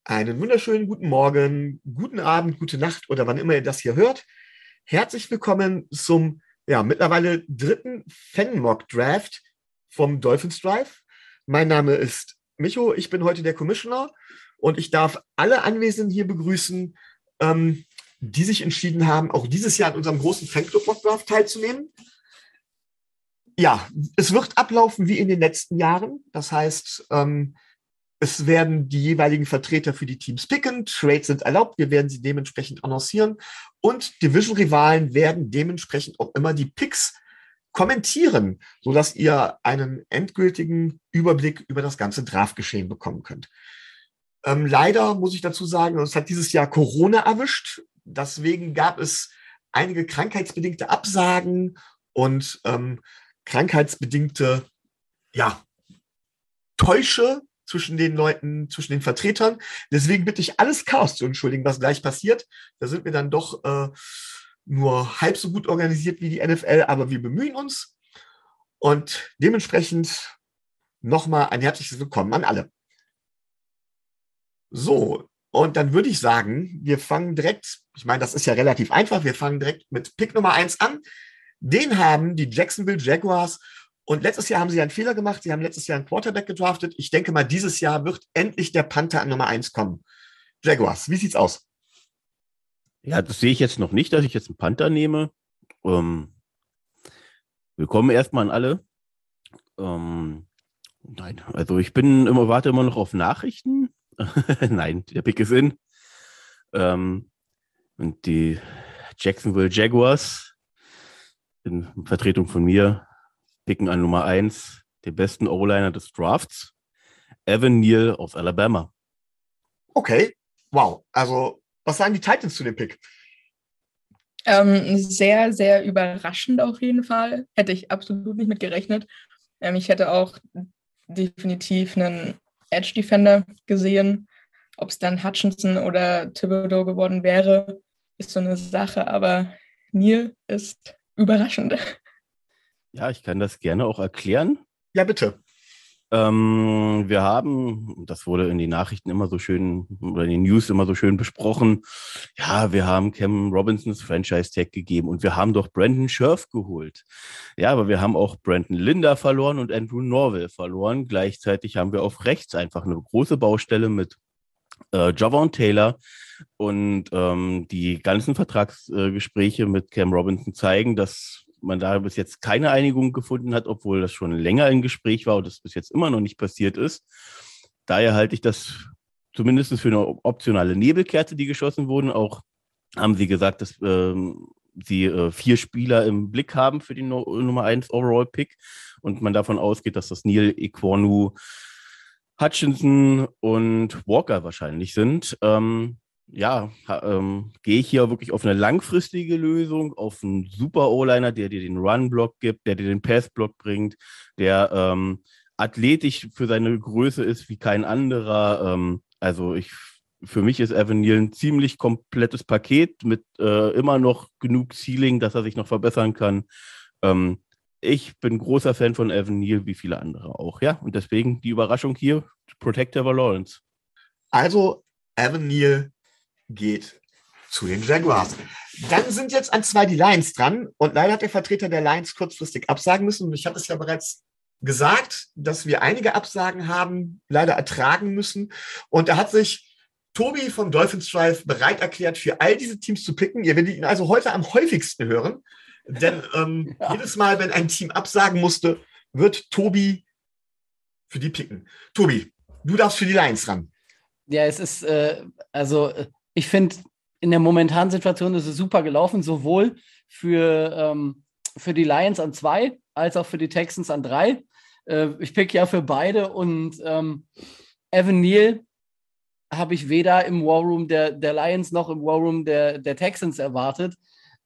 Einen wunderschönen guten Morgen, guten Abend, gute Nacht oder wann immer ihr das hier hört. Herzlich willkommen zum mittlerweile dritten Fan-Mock-Draft vom Dolphins Drive. Mein Name ist Micho, ich bin heute der Commissioner und ich darf alle Anwesenden hier begrüßen, die sich entschieden haben, auch dieses Jahr an unserem großen Fanclub-Mock-Draft teilzunehmen. Ja, es wird ablaufen wie in den letzten Jahren. Das heißt, es werden die jeweiligen Vertreter für die Teams picken. Trades sind erlaubt. Wir werden sie dementsprechend annoncieren. Und Division-Rivalen werden dementsprechend auch immer die Picks kommentieren, sodass ihr einen endgültigen Überblick über das ganze Draftgeschehen bekommen könnt. Leider muss ich dazu sagen, es hat dieses Jahr Corona erwischt. Deswegen gab es einige krankheitsbedingte Absagen und krankheitsbedingte Täusche zwischen den Leuten, zwischen den Vertretern. Deswegen bitte ich alles Chaos zu entschuldigen, was gleich passiert. Da sind wir dann doch nur halb so gut organisiert wie die NFL, aber wir bemühen uns. Und dementsprechend nochmal ein herzliches Willkommen an alle. So, und dann würde ich sagen, wir fangen direkt, ich meine, das ist ja relativ einfach, wir fangen direkt mit Pick Nummer 1 an. Den haben die Jacksonville Jaguars. Und letztes Jahr haben sie einen Fehler gemacht. Sie haben letztes Jahr einen Quarterback gedraftet. Ich denke mal, dieses Jahr wird endlich der Panther an Nummer 1 kommen. Jaguars, wie sieht's aus? Ja, das sehe ich jetzt noch nicht, dass ich jetzt einen Panther nehme. Willkommen erstmal an alle. Nein, also ich warte immer noch auf Nachrichten. Nein, der Pick ist in. Und die Jacksonville Jaguars, in Vertretung von mir, picken an Nummer 1 den besten O-Liner des Drafts, Evan Neal aus Alabama. Okay, wow. Also, was sagen die Titans zu dem Pick? Sehr, sehr überraschend auf jeden Fall. Hätte ich absolut nicht mit gerechnet. Ich hätte auch definitiv einen Edge-Defender gesehen. Ob es dann Hutchinson oder Thibodeau geworden wäre, ist so eine Sache. Aber Neal ist überraschend. Ja, ich kann das gerne auch erklären. Ja, bitte. Wir haben, das wurde in den Nachrichten immer so schön, oder in den News immer so schön besprochen, ja, wir haben Cam Robinsons Franchise-Tag gegeben und wir haben doch Brandon Scherff geholt. Ja, aber wir haben auch Brandon Linder verloren und Andrew Norvell verloren. Gleichzeitig haben wir auf rechts einfach eine große Baustelle mit Javon Taylor und die ganzen Vertragsgespräche mit Cam Robinson zeigen, dass man da bis jetzt keine Einigung gefunden hat, obwohl das schon länger im Gespräch war und das bis jetzt immer noch nicht passiert ist. Daher halte ich das zumindest für eine optionale Nebelkerze, die geschossen wurden. Auch haben sie gesagt, dass sie 4 Spieler im Blick haben für den Nummer 1 Overall-Pick und man davon ausgeht, dass das Neal, Ekwonu, Hutchinson und Walker wahrscheinlich sind. Gehe ich hier wirklich auf eine langfristige Lösung, auf einen super O-Liner, der dir den Run-Block gibt, der dir den Pass-Block bringt, der athletisch für seine Größe ist wie kein anderer. Für mich ist Evan Neal ein ziemlich komplettes Paket mit immer noch genug Ceiling, dass er sich noch verbessern kann. Ich bin großer Fan von Evan Neal, wie viele andere auch, ja. Und deswegen die Überraschung hier, Protect Trevor Lawrence. Also, Evan Neal geht zu den Jaguars. Dann sind jetzt an 2 die Lions dran und leider hat der Vertreter der Lions kurzfristig absagen müssen. Und ich hatte es ja bereits gesagt, dass wir einige Absagen haben, leider ertragen müssen. Und da hat sich Tobi vom Dolphins Drive bereit erklärt, für all diese Teams zu picken. Ihr werdet ihn also heute am häufigsten hören, denn jedes Mal, wenn ein Team absagen musste, wird Tobi für die picken. Tobi, du darfst für die Lions ran. Ja, es ist, ich finde, in der momentanen Situation ist es super gelaufen, sowohl für die Lions an 2 als auch für die Texans an 3. Ich pick ja für beide und Evan Neal habe ich weder im War Room der Lions noch im War Room der Texans erwartet.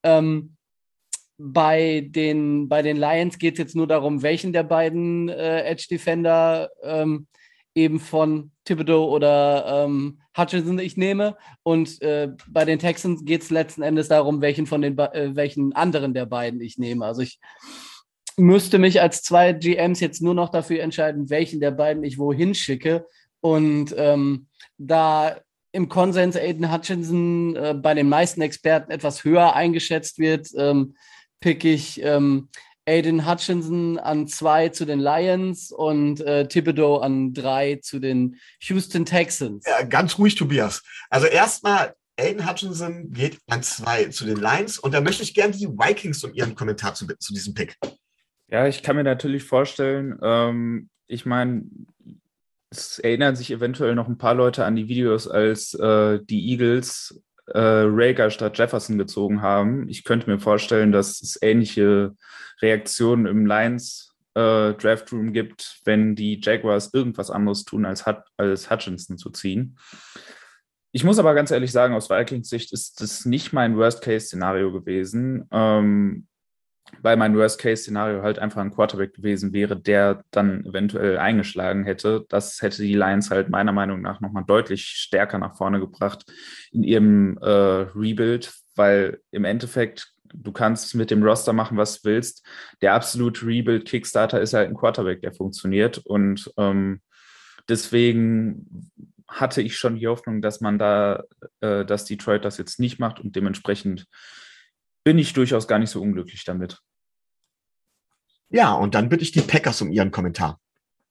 Bei den Lions geht es jetzt nur darum, welchen der beiden Edge-Defender eben von Thibodeau oder Hutchinson ich nehme. Und bei den Texans geht es letzten Endes darum, welchen anderen der beiden ich nehme. Also ich müsste mich als 2 GMs jetzt nur noch dafür entscheiden, welchen der beiden ich wohin schicke. Und da im Konsens Aiden Hutchinson bei den meisten Experten etwas höher eingeschätzt wird, pick ich Aiden Hutchinson an 2 zu den Lions und Thibodeau an 3 zu den Houston Texans. Ja, ganz ruhig, Tobias. Also erstmal, Aiden Hutchinson geht an 2 zu den Lions und da möchte ich gerne die Vikings um ihren Kommentar zu diesem Pick. Ja, ich kann mir natürlich vorstellen, ich meine, es erinnern sich eventuell noch ein paar Leute an die Videos, als die Eagles Rager statt Jefferson gezogen haben. Ich könnte mir vorstellen, dass es ähnliche Reaktionen im Lions Draft Room gibt, wenn die Jaguars irgendwas anderes tun, als Hutchinson zu ziehen. Ich muss aber ganz ehrlich sagen, aus Vikings Sicht ist das nicht mein Worst-Case-Szenario gewesen, weil mein Worst-Case-Szenario halt einfach ein Quarterback gewesen wäre, der dann eventuell eingeschlagen hätte. Das hätte die Lions halt meiner Meinung nach nochmal deutlich stärker nach vorne gebracht in ihrem Rebuild, weil im Endeffekt, du kannst mit dem Roster machen, was du willst. Der absolute Rebuild-Kickstarter ist halt ein Quarterback, der funktioniert und deswegen hatte ich schon die Hoffnung, dass dass Detroit das jetzt nicht macht und dementsprechend bin ich durchaus gar nicht so unglücklich damit. Ja, und dann bitte ich die Packers um ihren Kommentar.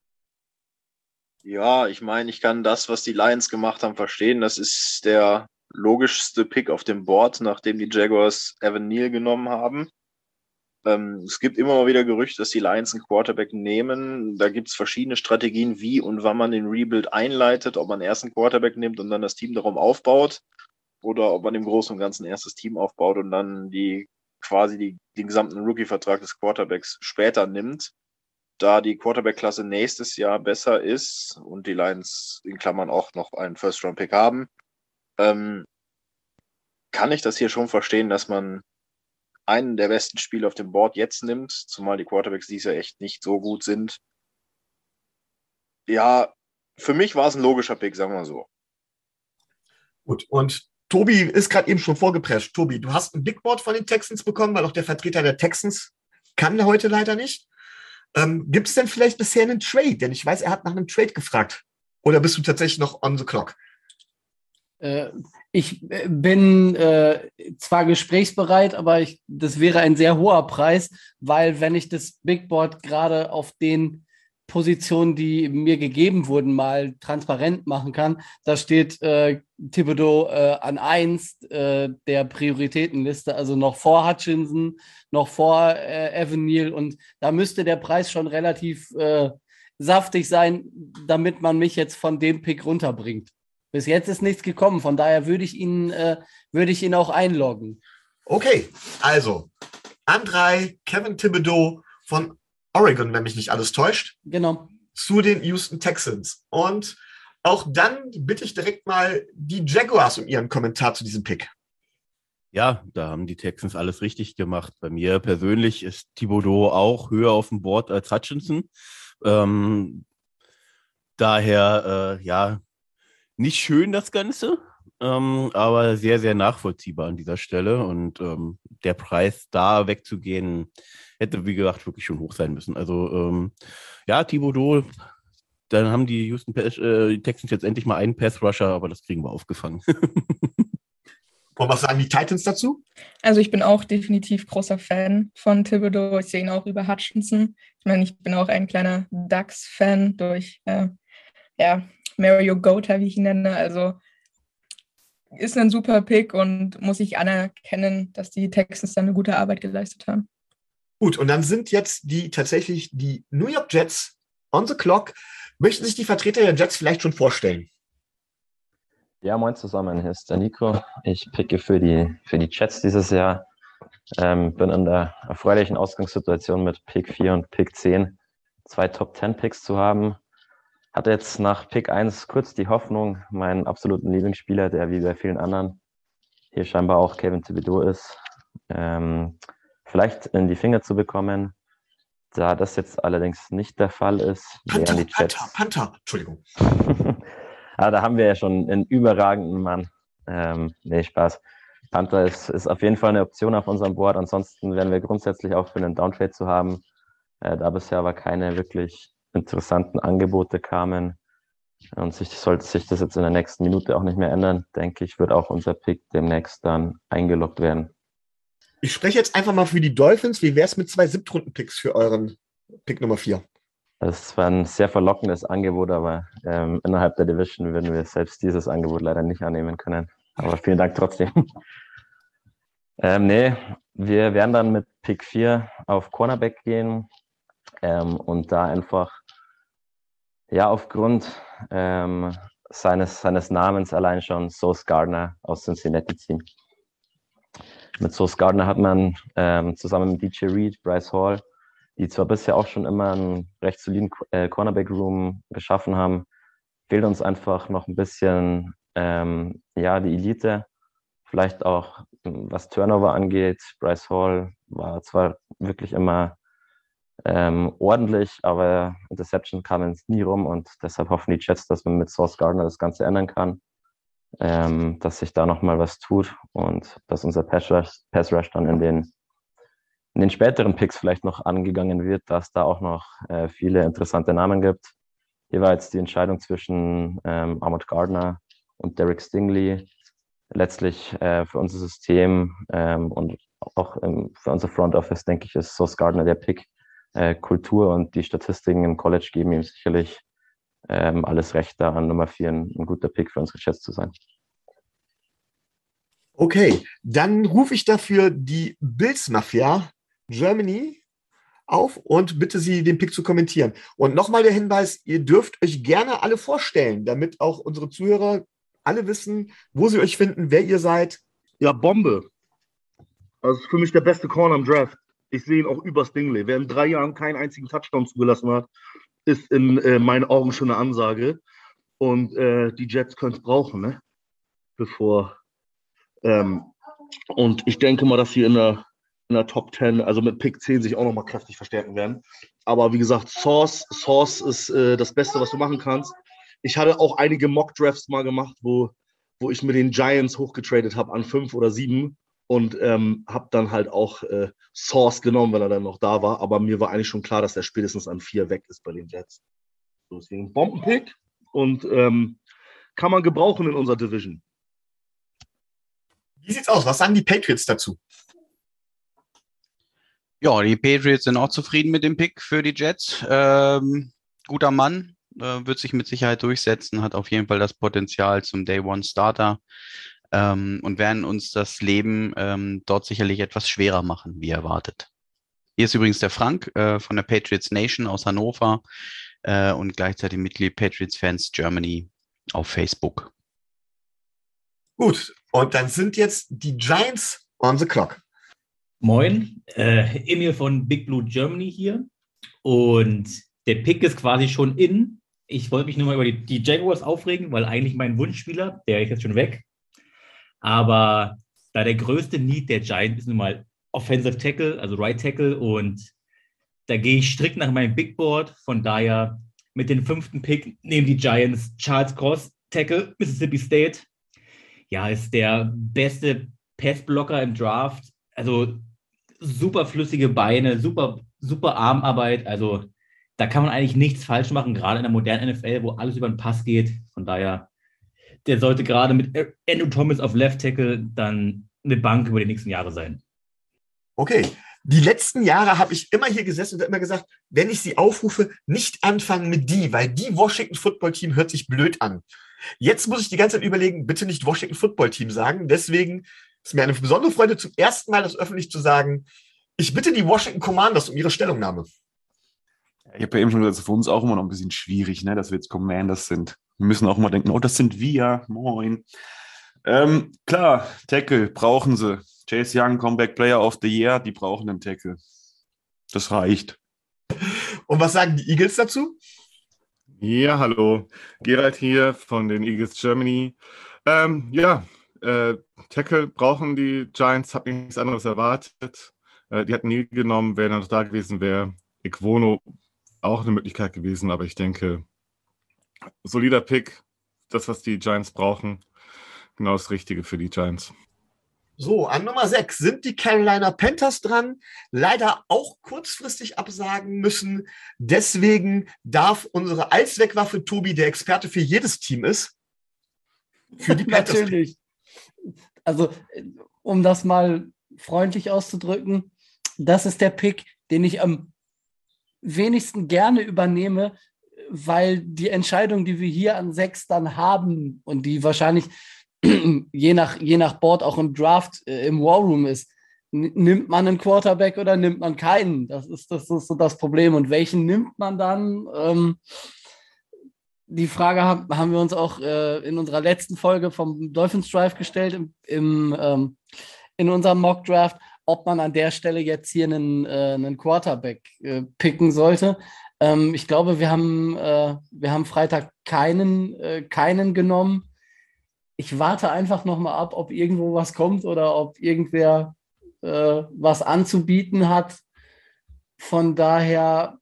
Ja, ich meine, ich kann das, was die Lions gemacht haben, verstehen. Das ist der logischste Pick auf dem Board, nachdem die Jaguars Evan Neal genommen haben. Es gibt immer mal wieder Gerüchte, dass die Lions einen Quarterback nehmen. Da gibt es verschiedene Strategien, wie und wann man den Rebuild einleitet, ob man erst einen Quarterback nimmt und dann das Team darum aufbaut oder ob man im Großen und Ganzen erst das Team aufbaut und dann den gesamten Rookie-Vertrag des Quarterbacks später nimmt. Da die Quarterback-Klasse nächstes Jahr besser ist und die Lions in Klammern auch noch einen First-Round-Pick haben, kann ich das hier schon verstehen, dass man einen der besten Spieler auf dem Board jetzt nimmt, zumal die Quarterbacks dieses Jahr echt nicht so gut sind. Ja, für mich war es ein logischer Pick, sagen wir mal so. Gut, und Tobi ist gerade eben schon vorgeprescht. Tobi, du hast ein Big Board von den Texans bekommen, weil auch der Vertreter der Texans kann heute leider nicht. Gibt es denn vielleicht bisher einen Trade? Denn ich weiß, er hat nach einem Trade gefragt. Oder bist du tatsächlich noch on the clock? Ich bin zwar gesprächsbereit, aber das wäre ein sehr hoher Preis, weil wenn ich das Big Board gerade auf den Positionen, die mir gegeben wurden, mal transparent machen kann, da steht Thibodeau an 1 der Prioritätenliste, also noch vor Hutchinson, noch vor Evan Neal und da müsste der Preis schon relativ saftig sein, damit man mich jetzt von dem Pick runterbringt. Bis jetzt ist nichts gekommen, von daher würde ich ihn auch einloggen. Okay, also an 3 Kevin Thibodeau von Oregon, wenn mich nicht alles täuscht. Genau. Zu den Houston Texans. Und auch dann bitte ich direkt mal die Jaguars um ihren Kommentar zu diesem Pick. Ja, da haben die Texans alles richtig gemacht. Bei mir persönlich ist Thibodeau auch höher auf dem Board als Hutchinson. Daher, nicht schön das Ganze, aber sehr, sehr nachvollziehbar an dieser Stelle. Und der Preis da wegzugehen, hätte, wie gesagt, wirklich schon hoch sein müssen. Also, Thibodeau, dann haben die die Texans jetzt endlich mal einen Pass-Rusher, aber das kriegen wir aufgefangen. Und was sagen die Titans dazu? Also ich bin auch definitiv großer Fan von Thibodeau. Ich sehe ihn auch über Hutchinson. Ich meine, ich bin auch ein kleiner Ducks-Fan durch Mario Gotha, wie ich ihn nenne. Also ist ein super Pick und muss ich anerkennen, dass die Texans da eine gute Arbeit geleistet haben. Gut, und dann sind jetzt tatsächlich die New York Jets on the clock. Möchten sich die Vertreter der Jets vielleicht schon vorstellen? Ja, moin zusammen, hier ist der Nico. Ich picke für die Jets dieses Jahr. Bin in der erfreulichen Ausgangssituation mit Pick 4 und Pick 10 2 Top-10-Picks zu haben. Hatte jetzt nach Pick 1 kurz die Hoffnung, meinen absoluten Lieblingsspieler, der wie bei vielen anderen hier scheinbar auch Kevin Thibodeau ist, vielleicht in die Finger zu bekommen. Da das jetzt allerdings nicht der Fall ist, wären die Jets... Panther, Entschuldigung. Aber da haben wir ja schon einen überragenden Mann. Spaß. Panther ist auf jeden Fall eine Option auf unserem Board. Ansonsten wären wir grundsätzlich auch für einen Downtrade zu haben. Da bisher aber keine wirklich interessanten Angebote kamen, Und sollte sich das jetzt in der nächsten Minute auch nicht mehr ändern, denke ich, wird auch unser Pick demnächst dann eingeloggt werden. Ich spreche jetzt einfach mal für die Dolphins. Wie wäre es mit 2 Siebtrunden-Picks für euren Pick Nummer 4? Das war ein sehr verlockendes Angebot, aber innerhalb der Division würden wir selbst dieses Angebot leider nicht annehmen können. Aber vielen Dank trotzdem. Nee, wir werden dann mit Pick 4 auf Cornerback gehen und da einfach aufgrund seines Namens allein schon Sauce Gardner aus Cincinnati ziehen. Mit Sauce Gardner hat man zusammen mit DJ Reed, Bryce Hall, die zwar bisher auch schon immer einen recht soliden Cornerback-Room geschaffen haben, fehlt uns einfach noch ein bisschen die Elite. Vielleicht auch, was Turnover angeht. Bryce Hall war zwar wirklich immer ordentlich, aber Interception kam jetzt nie rum und deshalb hoffen die Jets, dass man mit Sauce Gardner das Ganze ändern kann, dass sich da nochmal was tut und dass unser Pass Rush dann in den späteren Picks vielleicht noch angegangen wird, dass da auch noch viele interessante Namen gibt. Hier war jetzt die Entscheidung zwischen Ahmad Gardner und Derek Stingley. Letztlich für unser System und auch für unser Front Office, denke ich, ist Sauce Gardner der Pick. Kultur und die Statistiken im College geben ihm sicherlich alles recht, da an Nummer 4 ein guter Pick für unsere Jets zu sein. Okay, dann rufe ich dafür die Bills-Mafia Germany auf und bitte sie, den Pick zu kommentieren. Und nochmal der Hinweis, ihr dürft euch gerne alle vorstellen, damit auch unsere Zuhörer alle wissen, wo sie euch finden, wer ihr seid. Ja, Bombe. Also für mich der beste Corner im Draft. Ich sehe ihn auch über Stingley. Wer in 3 Jahren keinen einzigen Touchdown zugelassen hat, ist in meinen Augen schon eine Ansage. Und die Jets können es brauchen, ne? Und ich denke mal, dass sie in der Top 10, also mit Pick 10, sich auch nochmal kräftig verstärken werden. Aber wie gesagt, Sauce ist das Beste, was du machen kannst. Ich hatte auch einige Mock-Drafts mal gemacht, wo ich mit den Giants hochgetradet habe an 5 oder 7 und habe dann halt auch Sauce genommen, wenn er dann noch da war. Aber mir war eigentlich schon klar, dass er spätestens an 4 weg ist bei den Jets. So, deswegen Bombenpick und kann man gebrauchen in unserer Division. Wie sieht's aus? Was sagen die Patriots dazu? Ja, die Patriots sind auch zufrieden mit dem Pick für die Jets. Guter Mann, wird sich mit Sicherheit durchsetzen, hat auf jeden Fall das Potenzial zum Day-One-Starter und werden uns das Leben dort sicherlich etwas schwerer machen, wie erwartet. Hier ist übrigens der Frank von der Patriots Nation aus Hannover und gleichzeitig Mitglied Patriots Fans Germany auf Facebook. Gut, und dann sind jetzt die Giants on the clock. Moin, Emil von Big Blue Germany hier und der Pick ist quasi schon in. Ich wollte mich nur mal über die Jaguars aufregen, weil eigentlich mein Wunschspieler, der ist jetzt schon weg, aber da der größte Need der Giants ist nun mal Offensive Tackle, also Right Tackle und da gehe ich strikt nach meinem Big Board, von daher mit dem 5. Pick nehmen die Giants Charles Cross, Tackle, Mississippi State. Ja, ist der beste Passblocker im Draft, also super flüssige Beine, super Armarbeit, also da kann man eigentlich nichts falsch machen, gerade in der modernen NFL, wo alles über den Pass geht. Von daher, der sollte gerade mit Andrew Thomas auf Left Tackle dann eine Bank über die nächsten Jahre sein. Okay, die letzten Jahre habe ich immer hier gesessen und habe immer gesagt, wenn ich sie aufrufe, nicht anfangen mit die, weil die Washington Football Team hört sich blöd an. Jetzt muss ich die ganze Zeit überlegen, bitte nicht Washington Football Team sagen. Deswegen ist mir eine besondere Freude, zum ersten Mal das öffentlich zu sagen. Ich bitte die Washington Commanders um ihre Stellungnahme. Ich habe ja eben schon gesagt, das ist für uns auch immer noch ein bisschen schwierig, ne, dass wir jetzt Commanders sind. Wir müssen auch immer denken, oh, das sind wir. Moin. Klar, Tackle brauchen sie. Chase Young, Comeback Player of the Year, die brauchen einen Tackle. Das reicht. Und was sagen die Eagles dazu? Ja, hallo. Gerald hier von den Eagles Germany. Tackle brauchen die Giants, habe nichts anderes erwartet. Die hatten nie genommen, wer noch da gewesen wäre. Igwono auch eine Möglichkeit gewesen, aber ich denke, solider Pick, das, was die Giants brauchen, genau das Richtige für die Giants. So, an Nummer 6 sind die Carolina Panthers dran. Leider auch kurzfristig absagen müssen. Deswegen darf unsere Allzweckwaffe Tobi, der Experte für jedes Team ist, für die Panthers. Natürlich. Also, um das mal freundlich auszudrücken, das ist der Pick, den ich am wenigsten gerne übernehme, weil die Entscheidung, die wir hier an 6 dann haben und die wahrscheinlich je nach Board auch im Draft im War Room ist, nimmt man einen Quarterback oder nimmt man keinen? Das ist so das Problem. Und welchen nimmt man dann? Die Frage haben wir uns auch in unserer letzten Folge vom Dolphins Drive gestellt, in unserem Mock Draft, ob man an der Stelle jetzt hier einen Quarterback picken sollte. Ich glaube, wir haben Freitag keinen genommen. Ich warte einfach nochmal ab, ob irgendwo was kommt oder ob irgendwer was anzubieten hat. Von daher,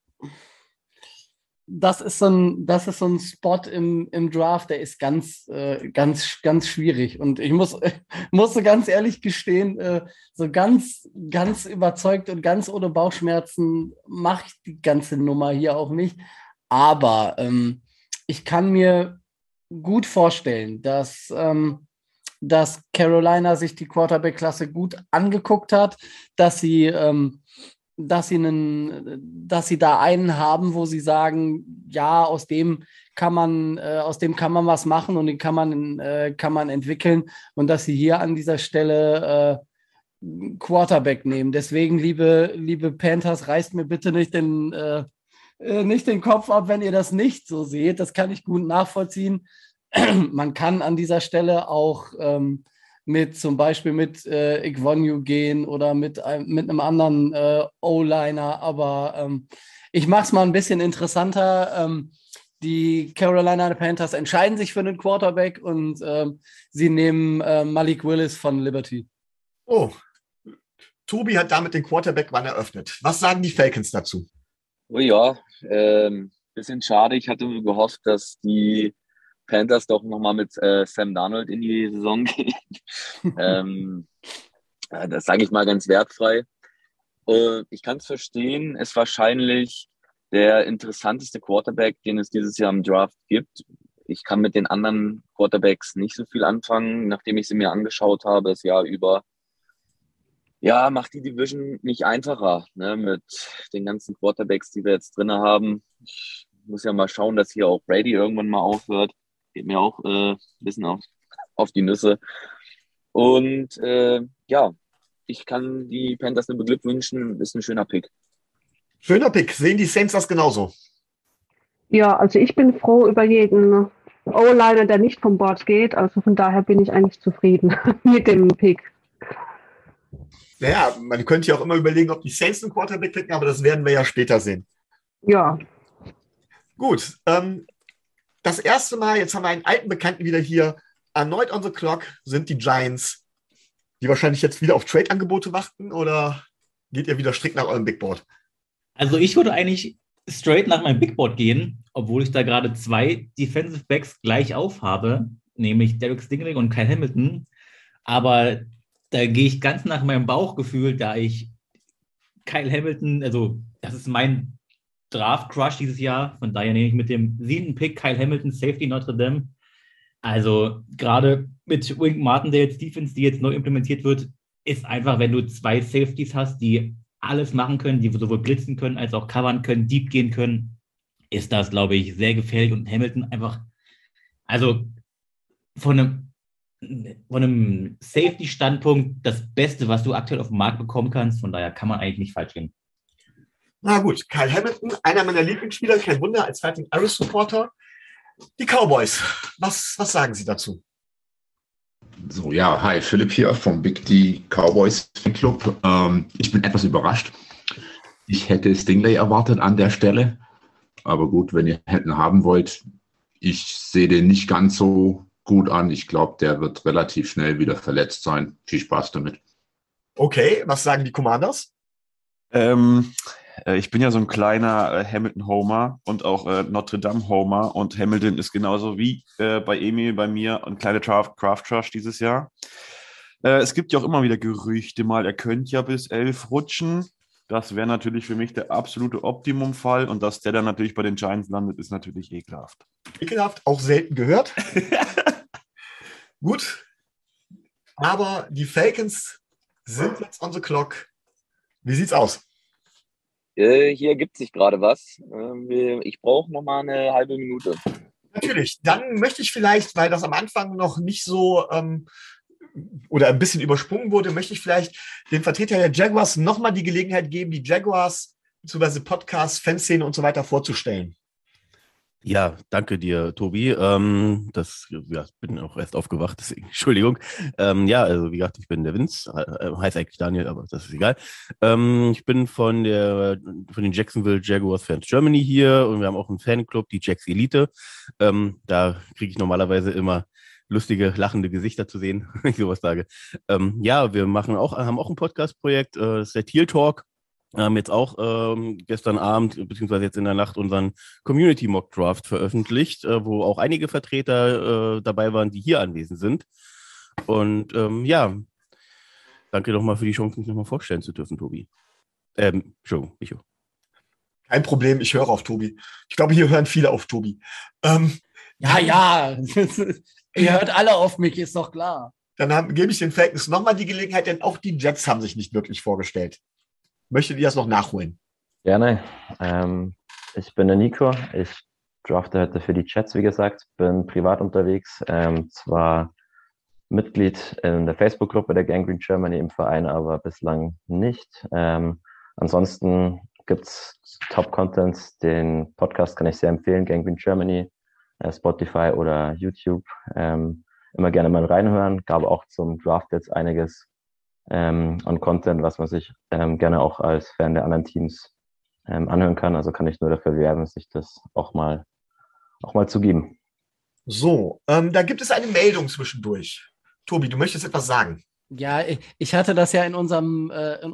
das ist so ein Spot im Draft, der ist ganz schwierig. Und ich muss so ganz ehrlich gestehen, so ganz überzeugt und ganz ohne Bauchschmerzen mache ich die ganze Nummer hier auch nicht. Aber ich kann mir gut vorstellen, dass Carolina sich die Quarterback-Klasse gut angeguckt hat, dass sie da einen haben, wo sie sagen, ja, aus dem kann man was machen und den kann man entwickeln, und dass sie hier an dieser Stelle Quarterback nehmen. Deswegen, liebe Panthers, reißt mir bitte nicht den Kopf ab, wenn ihr das nicht so seht. Das kann ich gut nachvollziehen. Man kann an dieser Stelle auch zum Beispiel mit Igwonu gehen oder mit einem anderen O-Liner, aber ich mache es mal ein bisschen interessanter. Die Carolina Panthers entscheiden sich für einen Quarterback und sie nehmen Malik Willis von Liberty. Oh, Tobi hat damit den Quarterback-Run eröffnet. Was sagen die Falcons dazu? Oh ja, bisschen schade. Ich hatte gehofft, dass die Panthers doch nochmal mit Sam Darnold in die Saison gehen. Das sage ich mal ganz wertfrei. Ich kann es verstehen, ist wahrscheinlich der interessanteste Quarterback, den es dieses Jahr im Draft gibt. Ich kann mit den anderen Quarterbacks nicht so viel anfangen, nachdem ich sie mir angeschaut habe, das Jahr über. Ja, macht die Division nicht einfacher, ne, mit den ganzen Quarterbacks, die wir jetzt drin haben. Ich muss ja mal schauen, dass hier auch Brady irgendwann mal aufhört. Geht mir auch ein bisschen auf die Nüsse. Und ja, ich kann die Panthers nur beglückwünschen. Ist ein schöner Pick. Schöner Pick. Sehen die Saints das genauso? Ja, also ich bin froh über jeden O-Liner, der nicht vom Board geht. Also von daher bin ich eigentlich zufrieden mit dem Pick. Naja, man könnte ja auch immer überlegen, ob die Saints einen Quarterback picken, aber das werden wir ja später sehen. Ja. Gut, das erste Mal, jetzt haben wir einen alten Bekannten wieder hier, erneut on the clock sind die Giants, die wahrscheinlich jetzt wieder auf Trade-Angebote warten, oder geht ihr wieder strikt nach eurem Big Board? Also ich würde eigentlich straight nach meinem Big Board gehen, obwohl ich da gerade 2 Defensive Backs gleich auf habe, nämlich Derek Stingley und Kyle Hamilton. Aber da gehe ich ganz nach meinem Bauchgefühl, da ich Kyle Hamilton, also das ist mein Draft-Crush dieses Jahr, von daher nehme ich mit dem 7. Pick Kyle Hamilton, Safety Notre Dame. Also gerade mit Wink Martindales Defense, die jetzt neu implementiert wird, ist einfach, wenn du 2 Safeties hast, die alles machen können, die sowohl blitzen können, als auch covern können, deep gehen können, ist das, glaube ich, sehr gefährlich. Und Hamilton einfach, also von einem Safety-Standpunkt das Beste, was du aktuell auf dem Markt bekommen kannst. Von daher kann man eigentlich nicht falsch gehen. Na gut, Kyle Hamilton, einer meiner Lieblingsspieler, kein Wunder, als Fighting Irish Supporter. Die Cowboys, was sagen Sie dazu? So, ja, hi, Philipp hier vom Big D Cowboys Fanclub. Ich bin etwas überrascht. Ich hätte Stingley erwartet an der Stelle. Aber gut, wenn ihr Hamilton haben wollt, ich sehe den nicht ganz so gut an. Ich glaube, der wird relativ schnell wieder verletzt sein. Viel Spaß damit. Okay, was sagen die Commanders? Ich bin ja so ein kleiner Hamilton-Homer und auch Notre Dame-Homer, und Hamilton ist genauso wie bei Emil bei mir ein kleiner Draft-Crush dieses Jahr. Es gibt ja auch immer wieder Gerüchte mal, er könnte ja bis 11 rutschen. Das wäre natürlich für mich der absolute Optimumfall. Und dass der dann natürlich bei den Giants landet, ist natürlich ekelhaft. Ekelhaft, auch selten gehört. Gut, aber die Falcons sind jetzt on the clock. Wie sieht's aus? Hier ergibt sich gerade was. Ich brauche noch mal eine halbe Minute. Natürlich. Dann möchte ich vielleicht, weil das am Anfang noch nicht so oder ein bisschen übersprungen wurde, möchte ich vielleicht dem Vertreter der Jaguars nochmal die Gelegenheit geben, die Jaguars bzw. Podcast, Fanszene und so weiter vorzustellen. Ja, danke dir, Tobi. Bin auch erst aufgewacht, deswegen Entschuldigung. Also wie gesagt, ich bin der Vince, heißt eigentlich Daniel, aber das ist egal. Ich bin von den Jacksonville Jaguars Fans Germany hier und wir haben auch einen Fanclub, die Jacks Elite. Da kriege ich normalerweise immer lustige, lachende Gesichter zu sehen, wenn ich sowas sage. Wir haben auch ein Podcast-Projekt, das ist der Teal Talk. Haben jetzt auch gestern Abend beziehungsweise jetzt in der Nacht unseren Community Mock Draft veröffentlicht, wo auch einige Vertreter dabei waren, die hier anwesend sind. Und danke nochmal für die Chance, mich nochmal vorstellen zu dürfen, Tobi. Entschuldigung, Micho. Kein Problem, ich höre auf Tobi. Ich glaube, hier hören viele auf Tobi. Ja, ihr hört alle auf mich, ist doch klar. Dann gebe ich den Falcons nochmal die Gelegenheit, denn auch die Jets haben sich nicht wirklich vorgestellt. Möchtet ihr das noch nachholen? Gerne. Ich bin der Nico. Ich drafte heute für die Jets, wie gesagt. Bin privat unterwegs. Zwar Mitglied in der Facebook-Gruppe der Gangrene Germany im Verein, aber bislang nicht. Ansonsten gibt es Top-Contents. Den Podcast kann ich sehr empfehlen. Gangrene Germany, Spotify oder YouTube. Immer gerne mal reinhören. Gab auch zum Draft jetzt einiges an Content, was man sich gerne auch als Fan der anderen Teams anhören kann. Also kann ich nur dafür werben, sich das auch mal zu geben. So, da gibt es eine Meldung zwischendurch. Tobi, du möchtest etwas sagen? Ja, ich hatte das ja in unserem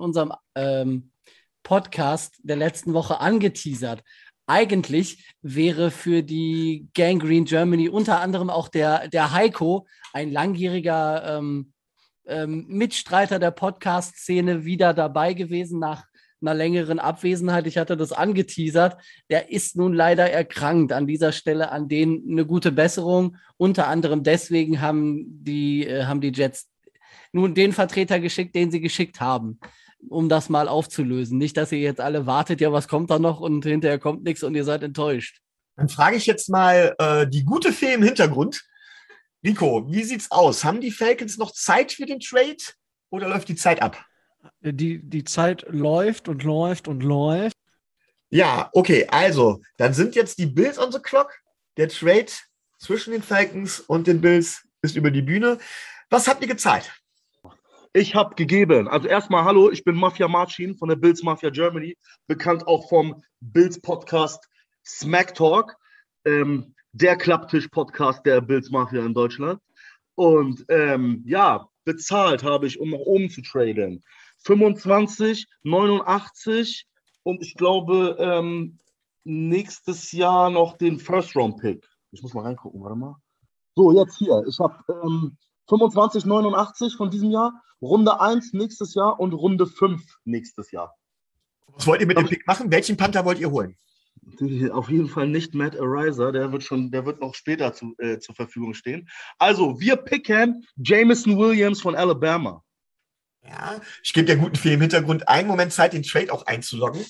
Podcast der letzten Woche angeteasert. Eigentlich wäre für die Gangrene Germany unter anderem auch der Heiko, ein langjähriger Mitstreiter der Podcast-Szene, wieder dabei gewesen nach einer längeren Abwesenheit. Ich hatte das angeteasert. Der ist nun leider erkrankt. An dieser Stelle an denen eine gute Besserung. Unter anderem deswegen haben die Jets nun den Vertreter geschickt, den sie geschickt haben, um das mal aufzulösen. Nicht, dass ihr jetzt alle wartet, ja, was kommt da noch und hinterher kommt nichts und ihr seid enttäuscht. Dann frage ich jetzt mal die gute Fee im Hintergrund. Rico, wie sieht's aus? Haben die Falcons noch Zeit für den Trade oder läuft die Zeit ab? Die Zeit läuft und läuft und läuft. Ja, okay, also, dann sind jetzt die Bills on the clock. Der Trade zwischen den Falcons und den Bills ist über die Bühne. Was habt ihr gezahlt? Ich habe gegeben. Also erstmal hallo, ich bin Mafia Marcin von der Bills Mafia Germany, bekannt auch vom Bills Podcast Smack Talk. Der Klapptisch-Podcast der Bills Mafia in Deutschland. Und bezahlt habe ich, um nach oben zu traden. 25, 89 und ich glaube nächstes Jahr noch den First-Round-Pick. Ich muss mal reingucken, warte mal. So, jetzt hier. Ich habe 25, 89 von diesem Jahr, Runde 1 nächstes Jahr und Runde 5 nächstes Jahr. Was wollt ihr mit dem Pick machen? Welchen Panther wollt ihr holen? Auf jeden Fall nicht Matt Ariza, der wird noch später zur Verfügung stehen. Also, wir picken Jameson Williams von Alabama. Ja, ich gebe der guten Fee im Hintergrund einen Moment Zeit, den Trade auch einzuloggen.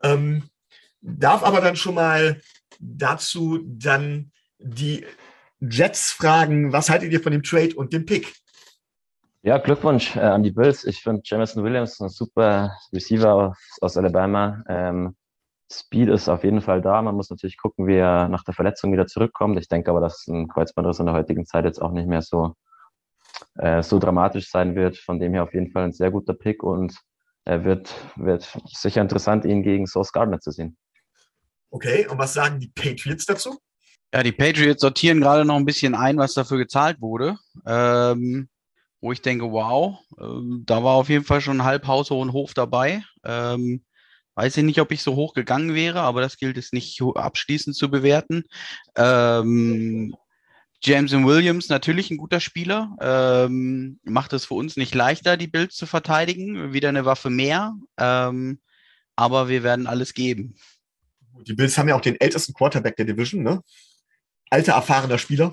Darf aber dann schon mal dazu dann die Jets fragen, was haltet ihr von dem Trade und dem Pick? Ja, Glückwunsch an die Bills. Ich finde Jameson Williams ein super Receiver aus Alabama. Speed ist auf jeden Fall da. Man muss natürlich gucken, wie er nach der Verletzung wieder zurückkommt. Ich denke aber, dass ein Kreuzbandriss in der heutigen Zeit jetzt auch nicht mehr so dramatisch sein wird. Von dem her auf jeden Fall ein sehr guter Pick und wird sicher interessant, ihn gegen Sauce Gardner zu sehen. Okay, und was sagen die Patriots dazu? Ja, die Patriots sortieren gerade noch ein bisschen ein, was dafür gezahlt wurde. Wo ich denke, wow, da war auf jeden Fall schon halb Haus und Hof dabei. Weiß ich nicht, ob ich so hoch gegangen wäre, aber das gilt es nicht abschließend zu bewerten. Jameson Williams natürlich ein guter Spieler, macht es für uns nicht leichter, die Bills zu verteidigen, wieder eine Waffe mehr, aber wir werden alles geben. Die Bills haben ja auch den ältesten Quarterback der Division, ne? Alter, erfahrener Spieler.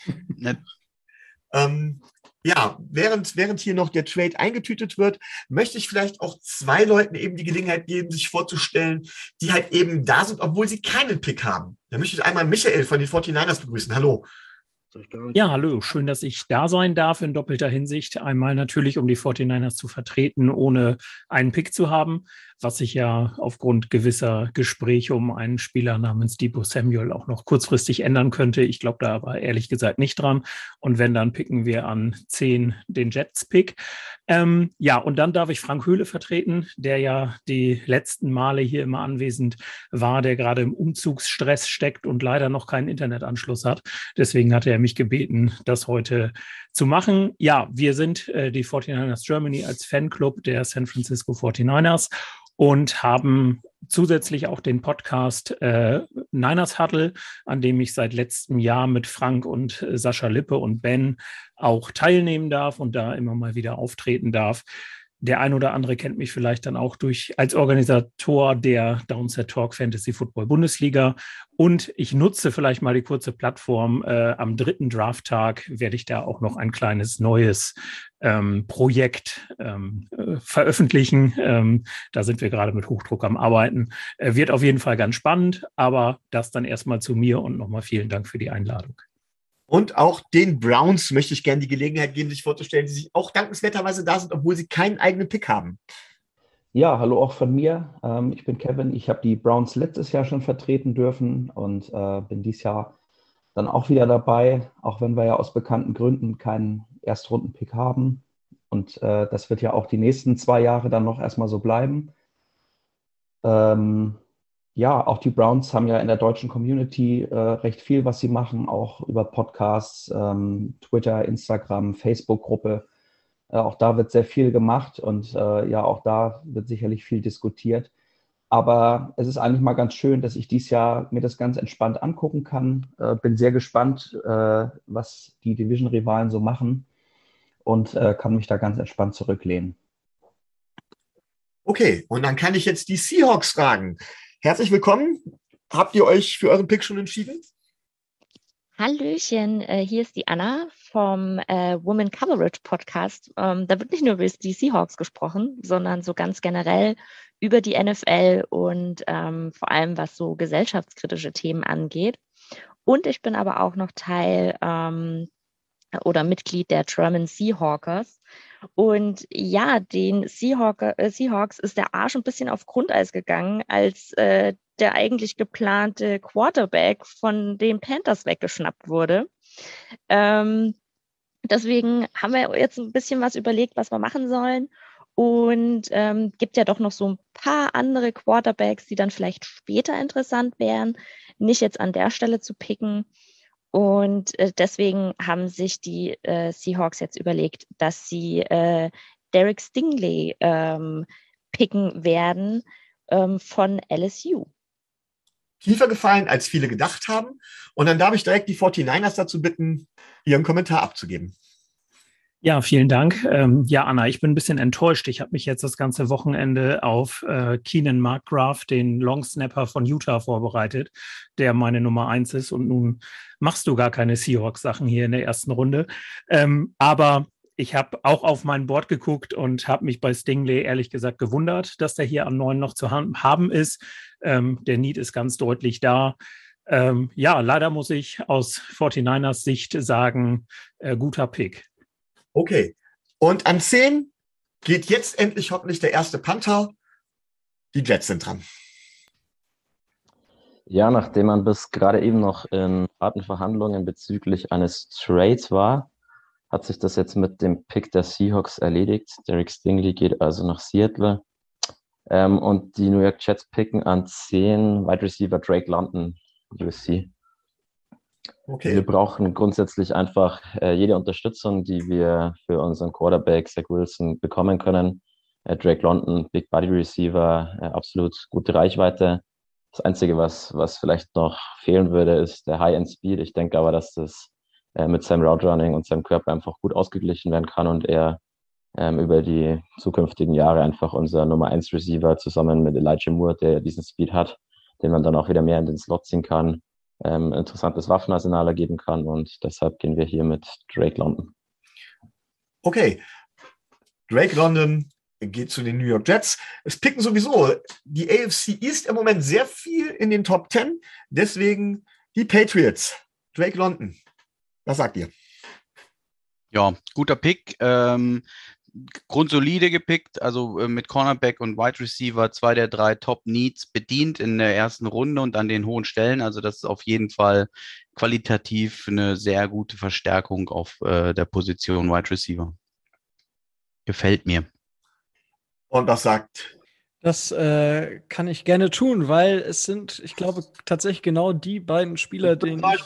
Ja, während hier noch der Trade eingetütet wird, möchte ich vielleicht auch zwei Leuten eben die Gelegenheit geben, sich vorzustellen, die halt eben da sind, obwohl sie keinen Pick haben. Da möchte ich einmal Michael von den 49ers begrüßen. Hallo. Ja, hallo. Schön, dass ich da sein darf in doppelter Hinsicht. Einmal natürlich, um die 49ers zu vertreten, ohne einen Pick zu haben, was sich ja aufgrund gewisser Gespräche um einen Spieler namens Deebo Samuel auch noch kurzfristig ändern könnte. Ich glaube da aber ehrlich gesagt nicht dran. Und wenn, dann picken wir an 10 den Jets-Pick. Ja, und dann darf ich Frank Höhle vertreten, der ja die letzten Male hier immer anwesend war, der gerade im Umzugsstress steckt und leider noch keinen Internetanschluss hat. Deswegen hatte er mich gebeten, das heute zu machen. Ja, wir sind die 49ers Germany als Fanclub der San Francisco 49ers und haben zusätzlich auch den Podcast Niners Huddle, an dem ich seit letztem Jahr mit Frank und Sascha Lippe und Ben auch teilnehmen darf und da immer mal wieder auftreten darf. Der ein oder andere kennt mich vielleicht dann auch als Organisator der Downset Talk Fantasy Football Bundesliga. Und ich nutze vielleicht mal die kurze Plattform. Am 3. Drafttag werde ich da auch noch ein kleines neues Projekt veröffentlichen. Da sind wir gerade mit Hochdruck am Arbeiten. Wird auf jeden Fall ganz spannend, aber das dann erstmal zu mir und nochmal vielen Dank für die Einladung. Und auch den Browns möchte ich gerne die Gelegenheit geben, sich vorzustellen, die sich auch dankenswerterweise da sind, obwohl sie keinen eigenen Pick haben. Ja, hallo auch von mir. Ich bin Kevin. Ich habe die Browns letztes Jahr schon vertreten dürfen und bin dieses Jahr dann auch wieder dabei, auch wenn wir ja aus bekannten Gründen keinen Erstrunden-Pick haben. Und das wird ja auch die nächsten 2 Jahre dann noch erstmal so bleiben. Ja, auch die Browns haben ja in der deutschen Community recht viel, was sie machen, auch über Podcasts, Twitter, Instagram, Facebook-Gruppe. Auch da wird sehr viel gemacht und ja, auch da wird sicherlich viel diskutiert. Aber es ist eigentlich mal ganz schön, dass ich dieses Jahr mir das ganz entspannt angucken kann. Bin sehr gespannt, was die Division-Rivalen so machen und kann mich da ganz entspannt zurücklehnen. Okay, und dann kann ich jetzt die Seahawks fragen. Herzlich willkommen. Habt ihr euch für euren Pick schon entschieden? Hallöchen, hier ist die Anna vom Women Coverage Podcast. Da wird nicht nur über die Seahawks gesprochen, sondern so ganz generell über die NFL und vor allem was so gesellschaftskritische Themen angeht. Und ich bin aber auch noch Teil oder Mitglied der German Seahawkers. Und ja, den Seahawks ist der Arsch ein bisschen auf Grundeis gegangen, als der eigentlich geplante Quarterback von den Panthers weggeschnappt wurde. Deswegen haben wir jetzt ein bisschen was überlegt, was wir machen sollen. Und gibt ja doch noch so ein paar andere Quarterbacks, die dann vielleicht später interessant wären, nicht jetzt an der Stelle zu picken. Und deswegen haben sich die Seahawks jetzt überlegt, dass sie Derek Stingley picken werden von LSU. Tiefer gefallen, als viele gedacht haben. Und dann darf ich direkt die 49ers dazu bitten, ihren Kommentar abzugeben. Ja, vielen Dank. Ja, Anna, ich bin ein bisschen enttäuscht. Ich habe mich jetzt das ganze Wochenende auf Keenan Markgraf, den Longsnapper von Utah, vorbereitet, der meine Nummer 1 ist. Und nun machst du gar keine Seahawks-Sachen hier in der ersten Runde. Aber ich habe auch auf mein Board geguckt und habe mich bei Stingley ehrlich gesagt gewundert, dass der hier an 9 noch zu haben ist. Der Need ist ganz deutlich da. Ja, leider muss ich aus 49ers Sicht sagen, guter Pick. Okay. Und an 10 geht jetzt endlich hoffentlich der erste Panther. Die Jets sind dran. Ja, nachdem man bis gerade eben noch in harten Verhandlungen bezüglich eines Trades war, hat sich das jetzt mit dem Pick der Seahawks erledigt. Derek Stingley geht also nach Seattle. Und die New York Jets picken an 10 Wide Receiver Drake London, USC. Okay. Wir brauchen grundsätzlich einfach jede Unterstützung, die wir für unseren Quarterback Zach Wilson bekommen können. Drake London, Big Body Receiver, absolut gute Reichweite. Das Einzige, was vielleicht noch fehlen würde, ist der High-End Speed. Ich denke aber, dass das mit seinem Route Running und seinem Körper einfach gut ausgeglichen werden kann und er über die zukünftigen Jahre einfach unser Nummer 1 Receiver zusammen mit Elijah Moore, der diesen Speed hat, den man dann auch wieder mehr in den Slot ziehen kann, interessantes Waffenarsenal ergeben kann und deshalb gehen wir hier mit Drake London. Okay, Drake London geht zu den New York Jets. Es picken sowieso die AFC East im Moment sehr viel in den Top 10, deswegen die Patriots. Drake London, was sagt ihr? Ja, guter Pick. Grundsolide gepickt, also mit Cornerback und Wide Receiver 2 der 3 Top Needs bedient in der ersten Runde und an den hohen Stellen. Also das ist auf jeden Fall qualitativ eine sehr gute Verstärkung auf der Position Wide Receiver. Gefällt mir. Und was sagt? Das kann ich gerne tun, weil es sind, ich glaube, tatsächlich genau die beiden Spieler, denen ich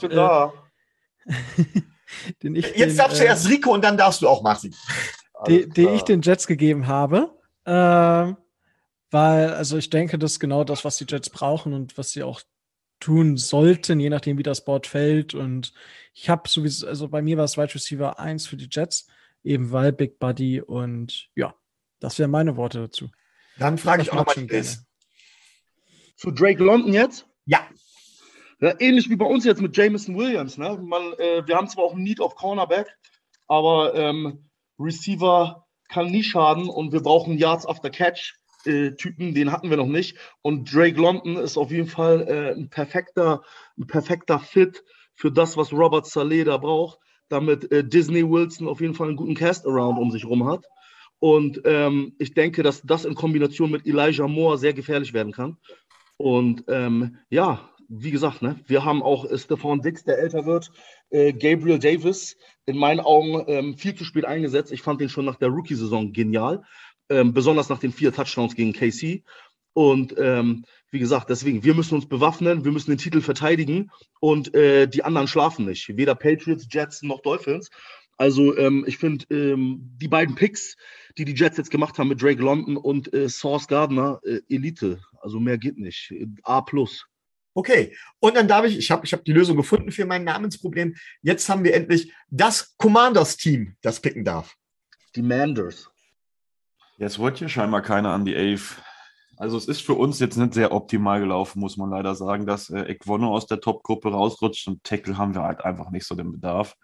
Jetzt darfst du erst Rico und dann darfst du auch Martin. Die ich den Jets gegeben habe. Weil, also ich denke, das ist genau das, was die Jets brauchen und was sie auch tun sollten, je nachdem, wie das Board fällt. Und ich habe sowieso, also bei mir war es Wide Receiver 1 für die Jets, eben weil Big Buddy und ja, das wären meine Worte dazu. Dann frage ich auch nochmal Chris. Zu Drake London jetzt? Ja. Ja, ähnlich wie bei uns jetzt mit Jameson Williams. Ne? Wir haben zwar auch ein Need auf Cornerback, aber Receiver kann nie schaden und wir brauchen Yards after Catch Typen, den hatten wir noch nicht. Und Drake London ist auf jeden Fall ein perfekter Fit für das, was Robert Saleh da braucht, damit Disney Wilson auf jeden Fall einen guten Cast-Around um sich rum hat. Und ich denke, dass das in Kombination mit Elijah Moore sehr gefährlich werden kann. Und ja, wie gesagt, ne, wir haben auch Stephon Diggs, der älter wird, Gabriel Davis, in meinen Augen viel zu spät eingesetzt. Ich fand den schon nach der Rookie-Saison genial, besonders nach den 4 Touchdowns gegen KC. Und wie gesagt, deswegen, wir müssen uns bewaffnen, wir müssen den Titel verteidigen und die anderen schlafen nicht. Weder Patriots, Jets noch Dolphins. Also ich finde, die beiden Picks, die Jets jetzt gemacht haben mit Drake London und Sauce Gardner, Elite. Also mehr geht nicht. A+. Okay, und dann darf ich habe die Lösung gefunden für mein Namensproblem. Jetzt haben wir endlich das Commanders-Team, das picken darf. Die Manders. Jetzt wollte hier scheinbar keiner an die 11. Also es ist für uns jetzt nicht sehr optimal gelaufen, muss man leider sagen, dass Ekwono aus der Top-Gruppe rausrutscht und Tackle haben wir halt einfach nicht so den Bedarf.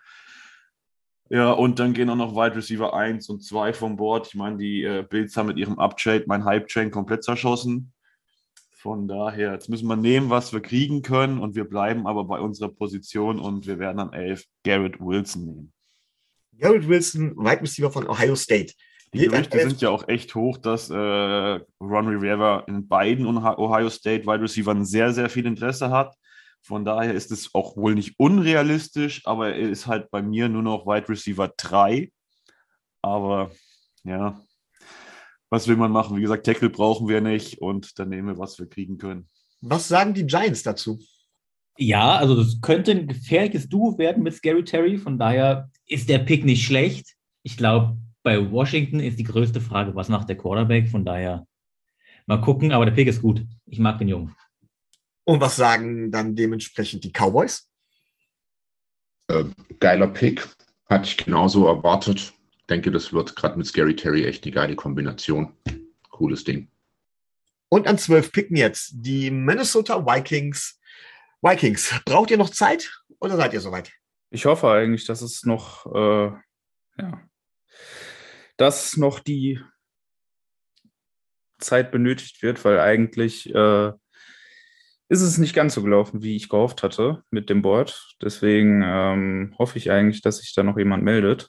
Ja, und dann gehen auch noch Wide Receiver 1 und 2 vom Board. Ich meine, die Bills haben mit ihrem Uptrade mein Hype-Train komplett zerschossen. Von daher, jetzt müssen wir nehmen, was wir kriegen können und wir bleiben aber bei unserer Position und wir werden an 11 Garrett Wilson nehmen. Garrett Wilson, Wide Receiver von Ohio State. Die Gerüchte sind ja auch echt hoch, dass Ron Rivera in beiden Ohio State Wide Receivern sehr, sehr viel Interesse hat. Von daher ist es auch wohl nicht unrealistisch, aber er ist halt bei mir nur noch Wide Receiver 3. Aber ja, was will man machen? Wie gesagt, Tackle brauchen wir nicht und dann nehmen wir, was wir kriegen können. Was sagen die Giants dazu? Ja, also das könnte ein gefährliches Duo werden mit Scary Terry. Von daher ist der Pick nicht schlecht. Ich glaube, bei Washington ist die größte Frage, was macht der Quarterback? Von daher mal gucken, aber der Pick ist gut. Ich mag den Jungen. Und was sagen dann dementsprechend die Cowboys? Geiler Pick. Hatte ich genauso erwartet. Ich denke, das wird gerade mit Scary Terry echt eine geile Kombination. Cooles Ding. Und an 12 picken jetzt die Minnesota Vikings. Vikings, braucht ihr noch Zeit oder seid ihr soweit? Ich hoffe eigentlich, dass es noch, dass noch die Zeit benötigt wird, weil eigentlich ist es nicht ganz so gelaufen, wie ich gehofft hatte mit dem Board. Deswegen hoffe ich eigentlich, dass sich da noch jemand meldet.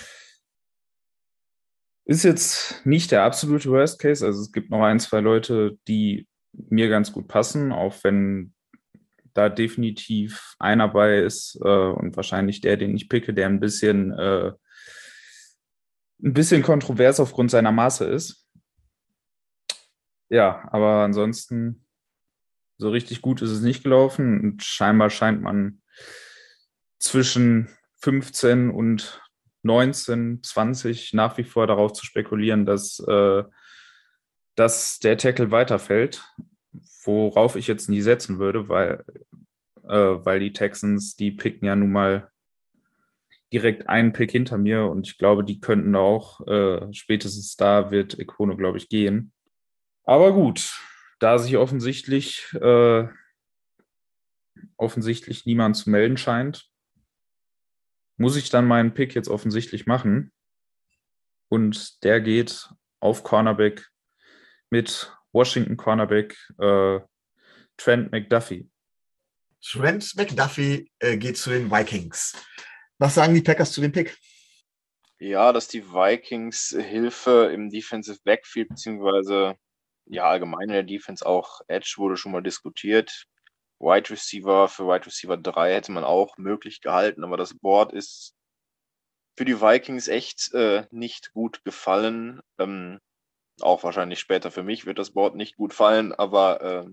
Ist jetzt nicht der absolute Worst Case. Also es gibt noch 1, 2 Leute, die mir ganz gut passen, auch wenn da definitiv einer bei ist und wahrscheinlich der, den ich picke, der ein bisschen kontrovers aufgrund seiner Maße ist. Ja, aber ansonsten so richtig gut ist es nicht gelaufen und scheinbar scheint man zwischen 15 und 19, 20 nach wie vor darauf zu spekulieren, dass der Tackle weiterfällt, worauf ich jetzt nie setzen würde, weil die Texans, die picken ja nun mal direkt einen Pick hinter mir und ich glaube, die könnten auch, spätestens da wird Ekwonu, glaube ich, gehen. Aber gut, da sich offensichtlich niemand zu melden scheint, muss ich dann meinen Pick jetzt offensichtlich machen. Und der geht auf Cornerback mit Washington Cornerback Trent McDuffie. Trent McDuffie geht zu den Vikings. Was sagen die Packers zu dem Pick? Ja, dass die Vikings Hilfe im Defensive Backfield beziehungsweise ja allgemein in der Defense auch Edge wurde schon mal diskutiert. Wide Receiver für Wide Receiver 3 hätte man auch möglich gehalten, aber das Board ist für die Vikings echt nicht gut gefallen. Auch wahrscheinlich später für mich wird das Board nicht gut fallen, aber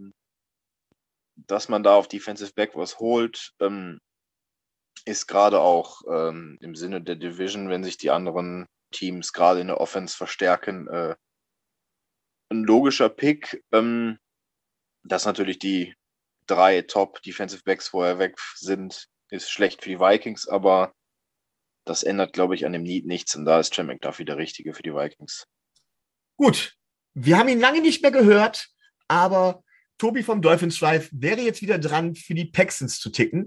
dass man da auf Defensive Back was holt, ist gerade auch im Sinne der Division, wenn sich die anderen Teams gerade in der Offense verstärken, ein logischer Pick. Dass natürlich die 3 Top-Defensive Backs vorher weg sind, ist schlecht für die Vikings, aber das ändert, glaube ich, an dem Need nichts und da ist Trent McDuffie der Richtige für die Vikings. Gut, wir haben ihn lange nicht mehr gehört, aber Tobi vom Dolphins Drive wäre jetzt wieder dran, für die Texans zu ticken.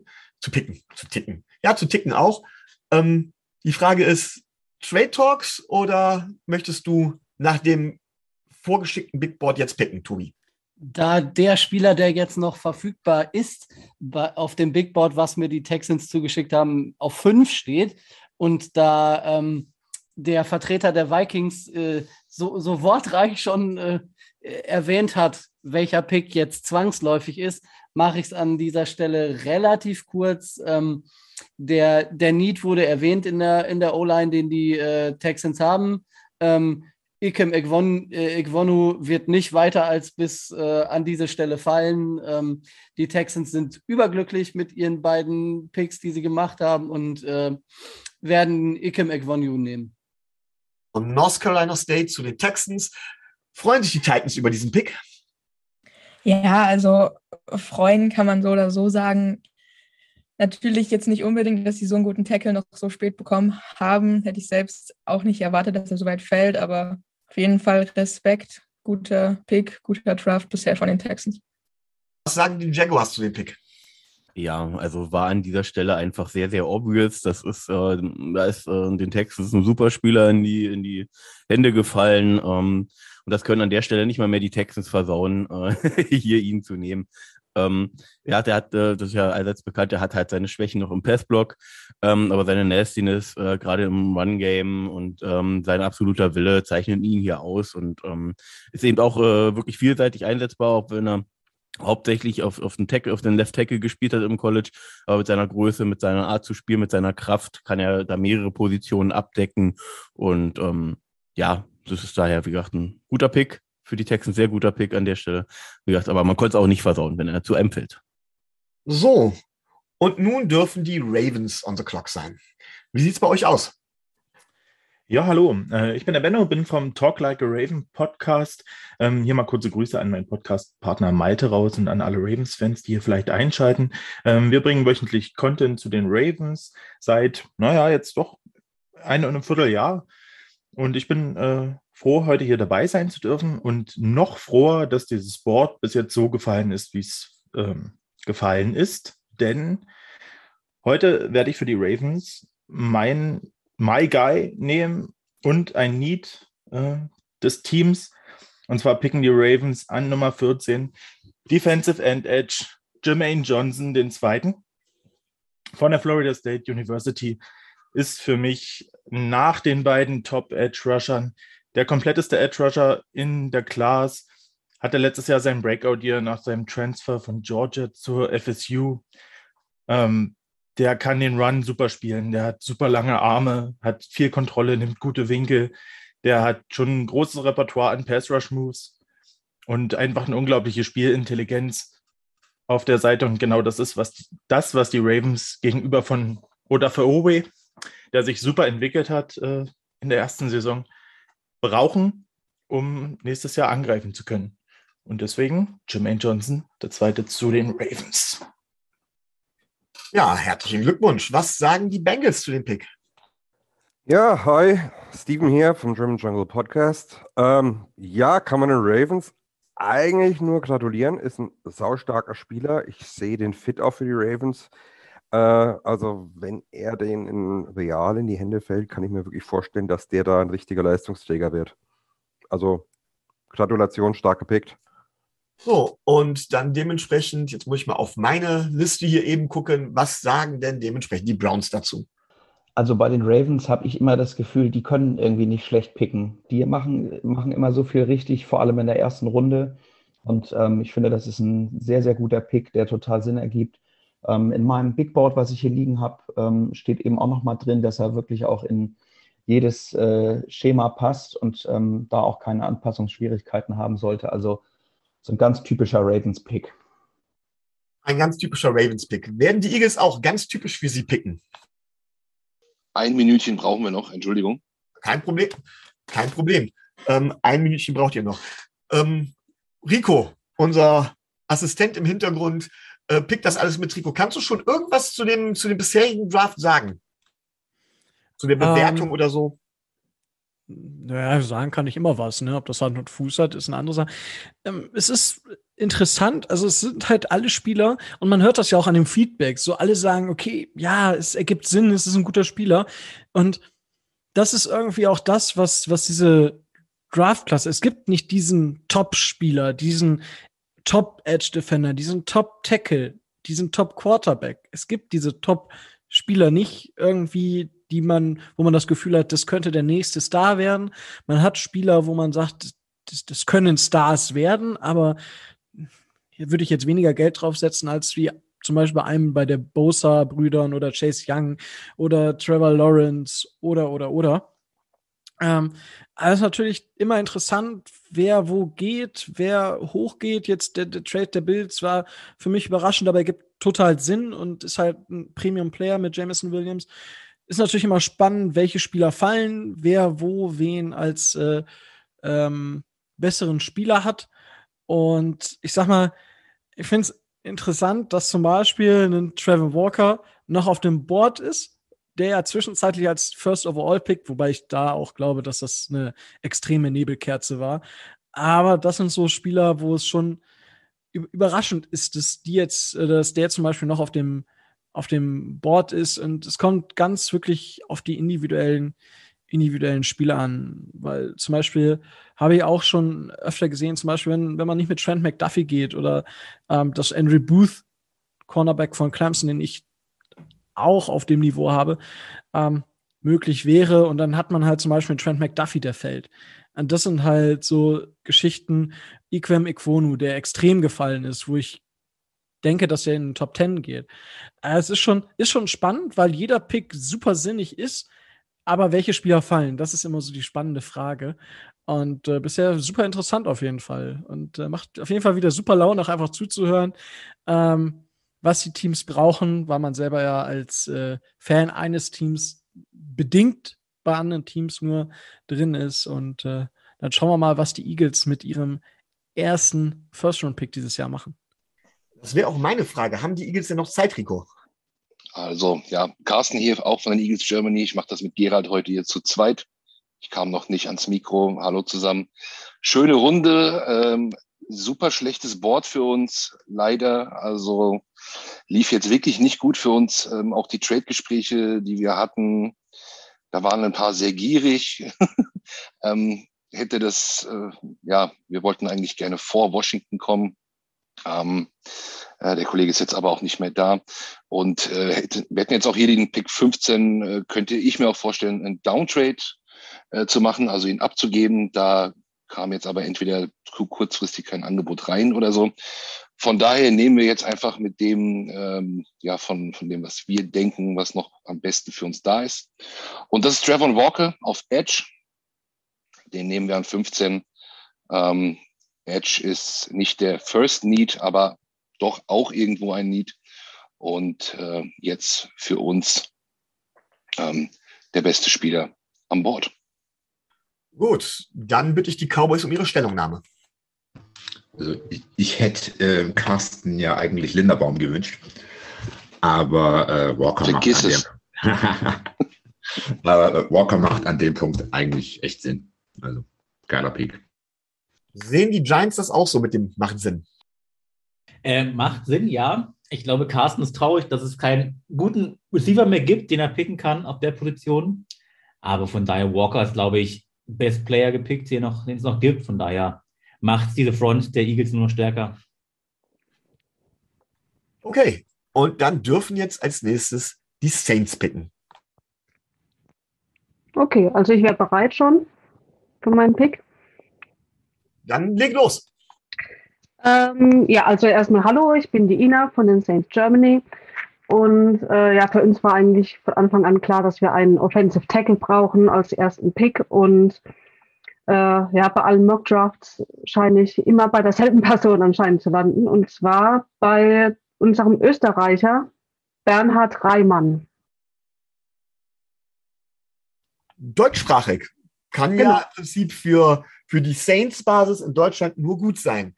Ja, zu ticken auch. Die Frage ist, Trade Talks oder möchtest du nach dem vorgeschickten Big Board jetzt picken, Tobi? Da der Spieler, der jetzt noch verfügbar ist, auf dem Big Board, was mir die Texans zugeschickt haben, auf 5 steht und da der Vertreter der Vikings so wortreich schon erwähnt hat, welcher Pick jetzt zwangsläufig ist, mache ich es an dieser Stelle relativ kurz. Der Need wurde erwähnt in der O-Line, den die Texans haben. Ikem Ekwonu wird nicht weiter als bis an diese Stelle fallen. Die Texans sind überglücklich mit ihren beiden Picks, die sie gemacht haben und werden Ikem Ekwonu nehmen. Von North Carolina State zu den Texans. Freuen sich die Titans über diesen Pick? Ja, also freuen kann man so oder so sagen. Natürlich jetzt nicht unbedingt, dass sie so einen guten Tackle noch so spät bekommen haben. Hätte ich selbst auch nicht erwartet, dass er so weit fällt, aber auf jeden Fall Respekt. Guter Pick, guter Draft bisher von den Texans. Was sagen die Jaguars zu dem Pick? Ja, also war an dieser Stelle einfach sehr, sehr obvious. Da ist den Texans ein Superspieler in die Hände gefallen. Und das können an der Stelle nicht mal mehr die Texans versauen, hier ihn zu nehmen. Der hat, das ist ja allseits bekannt, der hat halt seine Schwächen noch im Passblock, aber seine Nastiness, gerade im Run-Game und sein absoluter Wille zeichnen ihn hier aus und ist eben auch wirklich vielseitig einsetzbar, auch wenn er hauptsächlich auf den Left Tackle gespielt hat im College, aber mit seiner Größe, mit seiner Art zu spielen, mit seiner Kraft kann er da mehrere Positionen abdecken und das ist daher, wie gesagt, ein guter Pick für die Texans, sehr guter Pick an der Stelle. Wie gesagt, aber man konnte es auch nicht versauen, wenn er zu einem fällt. So, und nun dürfen die Ravens on the clock sein. Wie sieht es bei euch aus? Ja, hallo, ich bin der Benno, bin vom Talk Like a Raven Podcast. Hier mal kurze Grüße an meinen Podcast-Partner Malte raus und an alle Ravens-Fans, die hier vielleicht einschalten. Wir bringen wöchentlich Content zu den Ravens seit, jetzt doch 1,25 Jahr. Und ich bin froh, heute hier dabei sein zu dürfen und noch froher, dass dieses Board bis jetzt so gefallen ist, wie es gefallen ist. Denn heute werde ich für die Ravens My Guy nehmen und ein Need des Teams. Und zwar picken die Ravens an Nummer 14 Defensive End Edge Jermaine Johnson, den zweiten von der Florida State University. Ist für mich nach den beiden Top-Edge-Rushern der kompletteste Edge-Rusher in der Class. Hatte letztes Jahr sein Breakout-Year nach seinem Transfer von Georgia zur FSU. Der kann den Run super spielen. Der hat super lange Arme, hat viel Kontrolle, nimmt gute Winkel. Der hat schon ein großes Repertoire an Pass-Rush-Moves und einfach eine unglaubliche Spielintelligenz auf der Seite. Und genau das ist, was die Ravens gegenüber von Odafe Oweh, der sich super entwickelt hat in der ersten Saison, brauchen, um nächstes Jahr angreifen zu können. Und deswegen Jermaine Johnson, der zweite zu den Ravens. Ja, herzlichen Glückwunsch. Was sagen die Bengals zu dem Pick? Ja, hi, Steven hier vom German Jungle Podcast. Ja, kann man den Ravens eigentlich nur gratulieren, ist ein saustarker Spieler. Ich sehe den fit auch für die Ravens. Also wenn er den in Real in die Hände fällt, kann ich mir wirklich vorstellen, dass der da ein richtiger Leistungsträger wird. Also Gratulation, stark gepickt. So, und dann dementsprechend, jetzt muss ich mal auf meine Liste hier eben gucken, was sagen denn dementsprechend die Browns dazu? Also bei den Ravens habe ich immer das Gefühl, die können irgendwie nicht schlecht picken. Die machen immer so viel richtig, vor allem in der ersten Runde. Und ich finde, das ist ein sehr, sehr guter Pick, der total Sinn ergibt. In meinem Big Board, was ich hier liegen habe, steht eben auch nochmal drin, dass er wirklich auch in jedes Schema passt und da auch keine Anpassungsschwierigkeiten haben sollte. Also so ein ganz typischer Ravens-Pick. Ein ganz typischer Ravens-Pick. Werden die Eagles auch ganz typisch für sie picken? Ein Minütchen brauchen wir noch, Entschuldigung. Kein Problem. Kein Problem. Ein Minütchen braucht ihr noch. Rico, unser Assistent im Hintergrund, pickt das alles mit Rico. Kannst du schon irgendwas zu dem bisherigen Draft sagen? Zu der Bewertung oder so? Naja, sagen kann ich immer was, ne? Ob das Hand und Fuß hat, ist eine andere Sache. Es ist interessant, also es sind halt alle Spieler und man hört das ja auch an dem Feedback. So alle sagen, okay, ja, es ergibt Sinn, es ist ein guter Spieler. Und das ist irgendwie auch das, was diese Draftklasse, es gibt nicht diesen Top-Spieler, diesen Top-Edge-Defender, diesen Top-Tackle, diesen Top-Quarterback. Es gibt diese Top-Spieler nicht irgendwie, wo man das Gefühl hat, das könnte der nächste Star werden. Man hat Spieler, wo man sagt, das können Stars werden, aber hier würde ich jetzt weniger Geld draufsetzen, als wie zum Beispiel bei der Bosa-Brüdern oder Chase Young oder Trevor Lawrence oder. Also natürlich immer interessant, wer wo geht, wer hochgeht. Jetzt der Trade der Bills war für mich überraschend, aber er gibt total Sinn und ist halt ein Premium-Player mit Jameson Williams. Ist natürlich immer spannend, welche Spieler fallen, wer wo wen als besseren Spieler hat. Und ich sag mal, ich finde es interessant, dass zum Beispiel ein Trevor Walker noch auf dem Board ist, der ja zwischenzeitlich als First Overall Pick, wobei ich da auch glaube, dass das eine extreme Nebelkerze war. Aber das sind so Spieler, wo es schon überraschend ist, dass der zum Beispiel noch auf dem Board ist. Und es kommt ganz wirklich auf die individuellen Spieler an. Weil zum Beispiel habe ich auch schon öfter gesehen, zum Beispiel, wenn man nicht mit Trent McDuffie geht oder dass Andrew Booth, Cornerback von Clemson, den ich auch auf dem Niveau habe, möglich wäre. Und dann hat man halt zum Beispiel einen Trent McDuffie, der fällt. Und das sind halt so Geschichten, Iquem Ikwonu, der extrem gefallen ist, wo ich denke, dass er in den Top 10 geht. Es ist schon spannend, weil jeder Pick super sinnig ist, aber welche Spieler fallen? Das ist immer so die spannende Frage. Und bisher super interessant auf jeden Fall. Und macht auf jeden Fall wieder super Laune, auch einfach zuzuhören, was die Teams brauchen, weil man selber ja als Fan eines Teams bedingt bei anderen Teams nur drin ist. Und dann schauen wir mal, was die Eagles mit ihrem ersten First-Round-Pick dieses Jahr machen. Das wäre auch meine Frage. Haben die Eagles denn noch Zeit, Rico? Also, ja, Carsten hier, auch von den Eagles Germany. Ich mache das mit Gerald heute hier zu zweit. Ich kam noch nicht ans Mikro. Hallo zusammen. Schöne Runde. Super schlechtes Board für uns, leider. Also lief jetzt wirklich nicht gut für uns. Auch die Trade-Gespräche, die wir hatten, da waren ein paar sehr gierig. Hätte das, wir wollten eigentlich gerne vor Washington kommen. Der Kollege ist jetzt aber auch nicht mehr da. Und wir hätten jetzt auch hier den Pick 15, könnte ich mir auch vorstellen, einen Downtrade zu machen, also ihn abzugeben. Da kam jetzt aber entweder kurzfristig kein Angebot rein oder so. Von daher nehmen wir jetzt einfach mit dem, von dem, was wir denken, was noch am besten für uns da ist. Und das ist Trevor Walker auf Edge. Den nehmen wir an 15. Edge ist nicht der First Need, aber doch auch irgendwo ein Need. Und jetzt für uns der beste Spieler an Bord. Gut, dann bitte ich die Cowboys um ihre Stellungnahme. Also ich hätte Carsten ja eigentlich Linderbaum gewünscht, aber Walker Vergiss es. Aber Walker macht an dem Punkt eigentlich echt Sinn. Also, geiler Pick. Sehen die Giants das auch so mit dem macht Sinn? Macht Sinn, ja. Ich glaube, Carsten ist traurig, dass es keinen guten Receiver mehr gibt, den er picken kann auf der Position. Aber von daher, Walker ist, glaube ich, Best Player gepickt, den es noch gibt. Von daher macht diese Front der Eagles nur noch stärker. Okay, und dann dürfen jetzt als nächstes die Saints picken. Okay, also ich wäre bereit schon für meinen Pick. Dann leg los. Ja, also erstmal hallo, ich bin die Ina von den Saints Germany. Und ja, für uns war eigentlich von Anfang an klar, dass wir einen Offensive Tackle brauchen als ersten Pick. Und ja, bei allen Mock Drafts scheine ich immer bei derselben Person anscheinend zu landen. Und zwar bei unserem Österreicher Bernhard Reimann. Deutschsprachig. Kann ja im Prinzip für die Saints-Basis in Deutschland nur gut sein.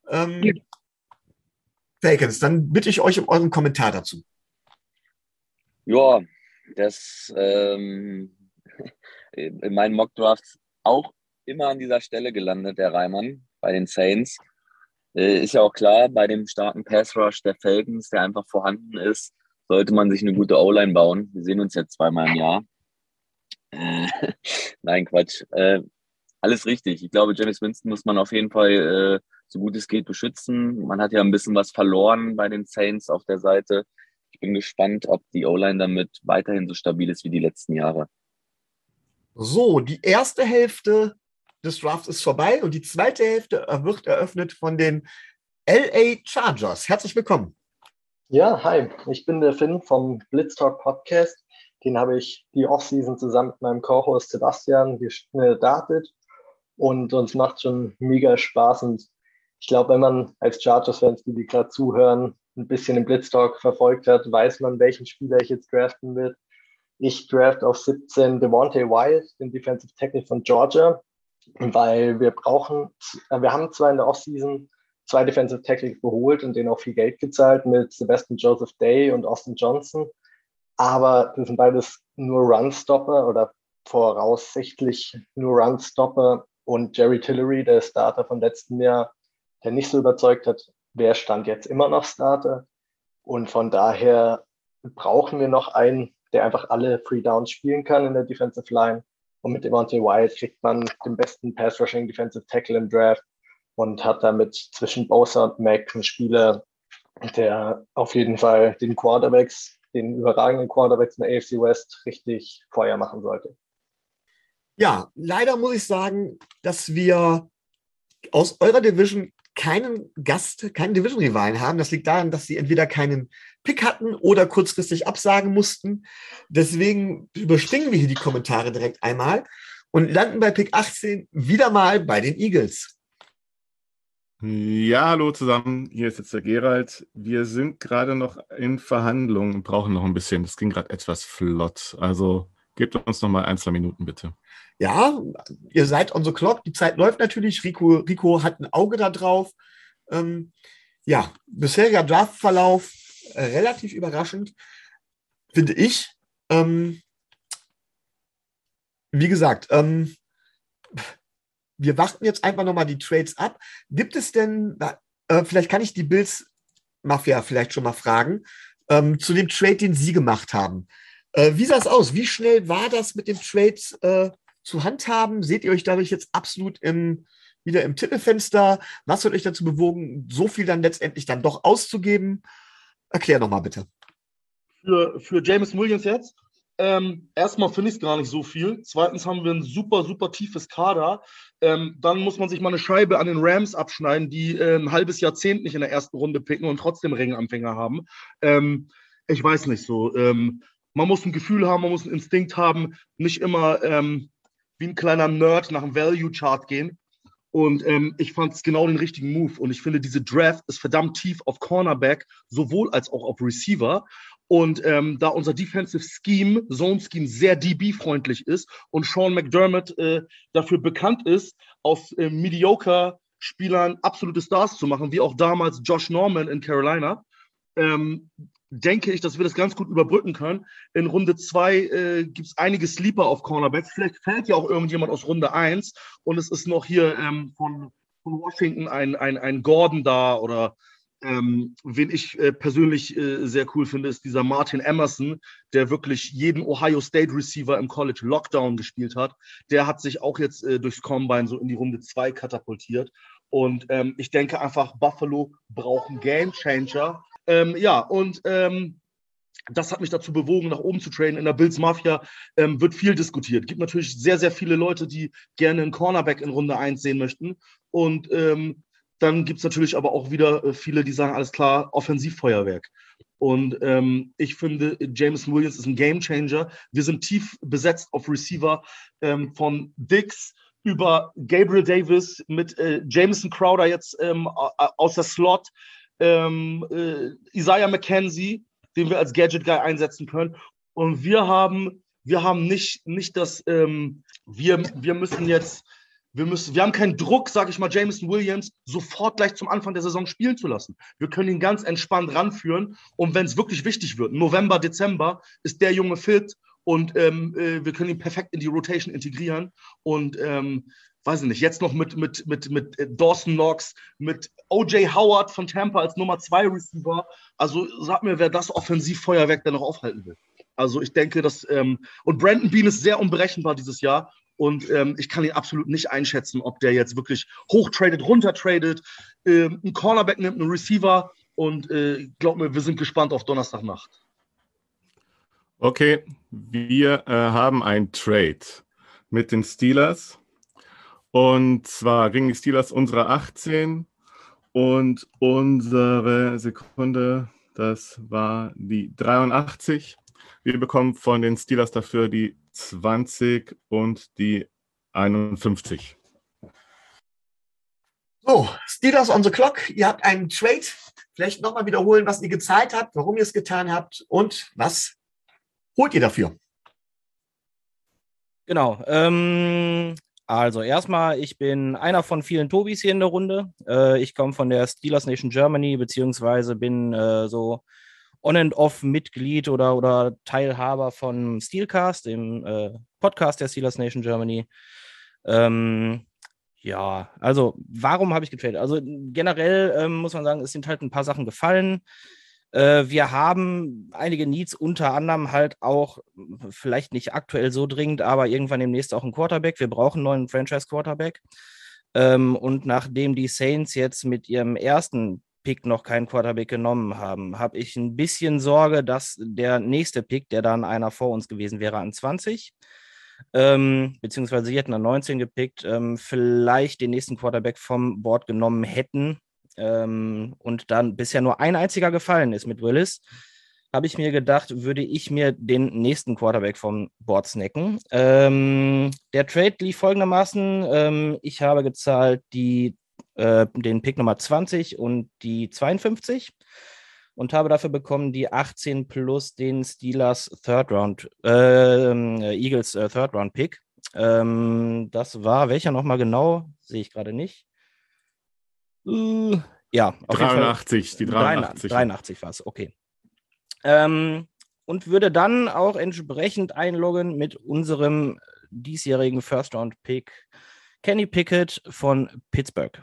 Falcons, dann bitte ich euch um euren Kommentar dazu. Ja, das in meinen Mockdrafts auch immer an dieser Stelle gelandet, der Reimann bei den Saints. Ist ja auch klar, bei dem starken Pass-Rush der Falcons, der einfach vorhanden ist, sollte man sich eine gute O-Line bauen. Wir sehen uns jetzt zweimal im Jahr. Nein, Quatsch. Alles richtig. Ich glaube, Jameis Winston muss man auf jeden Fall so gut es geht beschützen. Man hat ja ein bisschen was verloren bei den Saints auf der Seite. Ich bin gespannt, ob die O-Line damit weiterhin so stabil ist wie die letzten Jahre. So, die erste Hälfte des Drafts ist vorbei und die zweite Hälfte wird eröffnet von den LA Chargers. Herzlich willkommen. Ja, hi. Ich bin der Finn vom Blitztalk Podcast. Den habe ich die Offseason zusammen mit meinem Co-Host Sebastian gestartet und uns macht schon mega Spaß. Und ich glaube, wenn man als Chargers-Fans, die gerade zuhören, ein bisschen den Blitztalk verfolgt hat, weiß man, welchen Spieler ich jetzt draften will. Ich draft auf 17 Devontae Wyatt, den Defensive Tackle von Georgia, weil wir haben zwar in der Offseason 2 Defensive Tackle geholt und denen auch viel Geld gezahlt mit Sebastian Joseph Day und Austin Johnson, aber das sind beides nur Run-Stopper oder voraussichtlich nur Run-Stopper und Jerry Tillery, der Starter von letztem Jahr, der nicht so überzeugt hat, wer stand jetzt immer noch Starter und von daher brauchen wir noch einen, der einfach alle Free Downs spielen kann in der Defensive Line. Und mit Devontae Wyatt kriegt man den besten Pass-Rushing Defensive Tackle im Draft und hat damit zwischen Bosa und Mack einen Spieler, der auf jeden Fall den überragenden Quarterbacks in der AFC West richtig Feuer machen sollte. Ja, leider muss ich sagen, dass wir aus eurer Division keinen Division-Rivalen haben. Das liegt daran, dass sie entweder keinen Pick hatten oder kurzfristig absagen mussten. Deswegen überspringen wir hier die Kommentare direkt einmal und landen bei Pick 18 wieder mal bei den Eagles. Ja, hallo zusammen. Hier ist jetzt der Gerald. Wir sind gerade noch in Verhandlungen und brauchen noch ein bisschen. Das ging gerade etwas flott. Also gebt uns noch mal 1-2 Minuten, bitte. Ja, ihr seid on the clock. Die Zeit läuft natürlich. Rico hat ein Auge da drauf. Ja, bisheriger Draftverlauf relativ überraschend, finde ich. Wie gesagt, wir warten jetzt einfach nochmal die Trades ab. Gibt es denn, vielleicht kann ich die Bills-Mafia vielleicht schon mal fragen, zu dem Trade, den Sie gemacht haben. Wie sah es aus? Wie schnell war das mit den Trades zu handhaben? Seht ihr euch dadurch jetzt absolut wieder im Titelfenster? Was hat euch dazu bewogen, so viel dann letztendlich dann doch auszugeben? Erklär nochmal bitte. Für Jameson Williams jetzt? Erstmal finde ich es gar nicht so viel. Zweitens haben wir ein super, super tiefes Kader. Dann muss man sich mal eine Scheibe an den Rams abschneiden, die ein halbes Jahrzehnt nicht in der ersten Runde picken und trotzdem Ringanfänger haben. Ich weiß nicht so. Man muss ein Gefühl haben, man muss einen Instinkt haben, nicht immer wie ein kleiner Nerd nach einem Value-Chart gehen. Und ich fand es genau den richtigen Move. Und ich finde, diese Draft ist verdammt tief auf Cornerback, sowohl als auch auf Receiver. Und da unser Defensive Scheme, Zone Scheme, sehr DB-freundlich ist und Sean McDermott dafür bekannt ist, aus Mediocre-Spielern absolute Stars zu machen, wie auch damals Josh Norman in Carolina, denke ich, dass wir das ganz gut überbrücken können. In Runde 2 gibt es einige Sleeper auf Cornerbacks. Vielleicht fällt ja auch irgendjemand aus Runde 1 und es ist noch hier von Washington ein Gordon da oder wen ich persönlich sehr cool finde, ist dieser Martin Emerson, der wirklich jeden Ohio State Receiver im College Lockdown gespielt hat. Der hat sich auch jetzt durchs Combine so in die Runde 2 katapultiert. Und ich denke einfach, Buffalo braucht einen Game Changer. Das hat mich dazu bewogen, nach oben zu traden. In der Bills Mafia wird viel diskutiert. Gibt natürlich sehr, sehr viele Leute, die gerne einen Cornerback in Runde 1 sehen möchten. Und dann gibt es natürlich aber auch wieder viele, die sagen, alles klar, Offensivfeuerwerk. Und ich finde, Jameson Williams ist ein Gamechanger. Wir sind tief besetzt auf Receiver von Diggs über Gabriel Davis mit Jamison Crowder jetzt aus der Slot, Isaiah McKenzie, den wir als Gadget-Guy einsetzen können. Und wir haben nicht das, wir haben keinen Druck, sage ich mal, Jameson Williams sofort gleich zum Anfang der Saison spielen zu lassen. Wir können ihn ganz entspannt ranführen und wenn es wirklich wichtig wird, November, Dezember, ist der Junge fit und wir können ihn perfekt in die Rotation integrieren und weiß ich nicht, jetzt noch mit Dawson Knox, mit O.J. Howard von Tampa als Nummer 2 Receiver. Also sag mir, wer das Offensivfeuerwerk denn noch aufhalten will. Also ich denke, dass und Brandon Beane ist sehr unberechenbar dieses Jahr. Und ich kann ihn absolut nicht einschätzen, ob der jetzt wirklich hochtradet, runtertradet, einen Cornerback nimmt, einen Receiver. Und glaub mir, wir sind gespannt auf Donnerstagnacht. Okay, wir haben einen Trade mit den Steelers. Und zwar kriegen die Steelers unsere 18 und unsere Sekunde, das war die 83. Wir bekommen von den Steelers dafür die 20 und die 51. So, Steelers on the clock. Ihr habt einen Trade. Vielleicht nochmal wiederholen, was ihr gezahlt habt, warum ihr es getan habt und was holt ihr dafür? Genau. Also erstmal, ich bin einer von vielen Tobis hier in der Runde. Ich komme von der Steelers Nation Germany, beziehungsweise bin so on and off Mitglied oder Teilhaber von Steelcast, dem Podcast der Steelers Nation Germany. Ja, also warum habe ich getradet? Also generell muss man sagen, es sind halt ein paar Sachen gefallen. Wir haben einige Needs, unter anderem halt auch, vielleicht nicht aktuell so dringend, aber irgendwann demnächst auch einen Quarterback. Wir brauchen einen neuen Franchise-Quarterback. Und nachdem die Saints jetzt mit ihrem ersten Pick noch keinen Quarterback genommen haben, habe ich ein bisschen Sorge, dass der nächste Pick, der dann einer vor uns gewesen wäre, an 20, beziehungsweise sie hätten an 19 gepickt, vielleicht den nächsten Quarterback vom Board genommen hätten. Und dann bisher nur ein einziger gefallen ist mit Willis, habe ich mir gedacht, würde ich mir den nächsten Quarterback vom Board snacken. Der Trade lief folgendermaßen. Ich habe gezahlt den Pick Nummer 20 und die 52 und habe dafür bekommen die 18 plus den Steelers Eagles Third Round Pick. Das war welcher nochmal genau? Sehe ich gerade nicht. Ja, auf 83, jeden Fall, die 83 war es, okay. Und würde dann auch entsprechend einloggen mit unserem diesjährigen First-Round-Pick Kenny Pickett von Pittsburgh.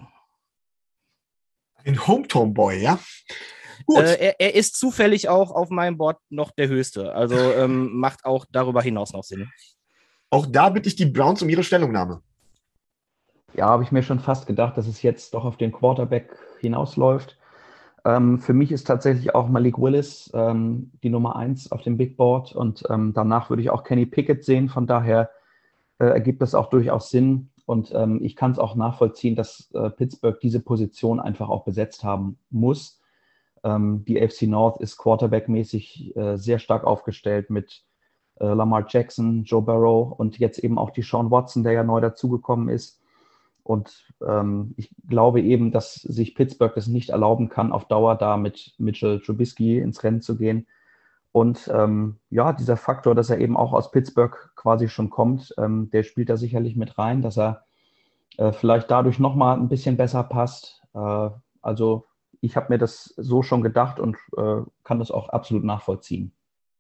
Ein Hometown-Boy, ja? Gut. Er ist zufällig auch auf meinem Board noch der höchste, also macht auch darüber hinaus noch Sinn. Auch da bitte ich die Browns um ihre Stellungnahme. Ja, habe ich mir schon fast gedacht, dass es jetzt doch auf den Quarterback hinausläuft. Für mich ist tatsächlich auch Malik Willis die Nummer 1 auf dem Big Board und danach würde ich auch Kenny Pickett sehen. Von daher ergibt das auch durchaus Sinn und ich kann es auch nachvollziehen, dass Pittsburgh diese Position einfach auch besetzt haben muss. Die AFC North ist quarterbackmäßig sehr stark aufgestellt mit Lamar Jackson, Joe Burrow und jetzt eben auch die Sean Watson, der ja neu dazugekommen ist. Und ich glaube eben, dass sich Pittsburgh das nicht erlauben kann, auf Dauer da mit Mitchell Trubisky ins Rennen zu gehen. Und ja, dieser Faktor, dass er eben auch aus Pittsburgh quasi schon kommt, der spielt da sicherlich mit rein, dass er vielleicht dadurch nochmal ein bisschen besser passt. Also ich habe mir das so schon gedacht und kann das auch absolut nachvollziehen.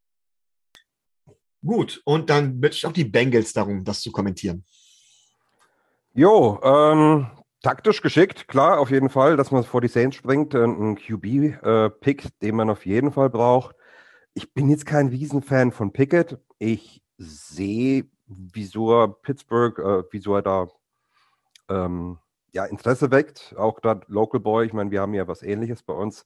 Gut, und dann bitte ich auch die Bengals darum, das zu kommentieren. Jo, taktisch geschickt, klar, auf jeden Fall, dass man es vor die Saints bringt. Ein QB-Pick, den man auf jeden Fall braucht. Ich bin jetzt kein Riesenfan von Pickett. Ich sehe, wieso er Pittsburgh, wieso er da Interesse weckt. Auch da Local Boy, ich meine, wir haben ja was Ähnliches bei uns.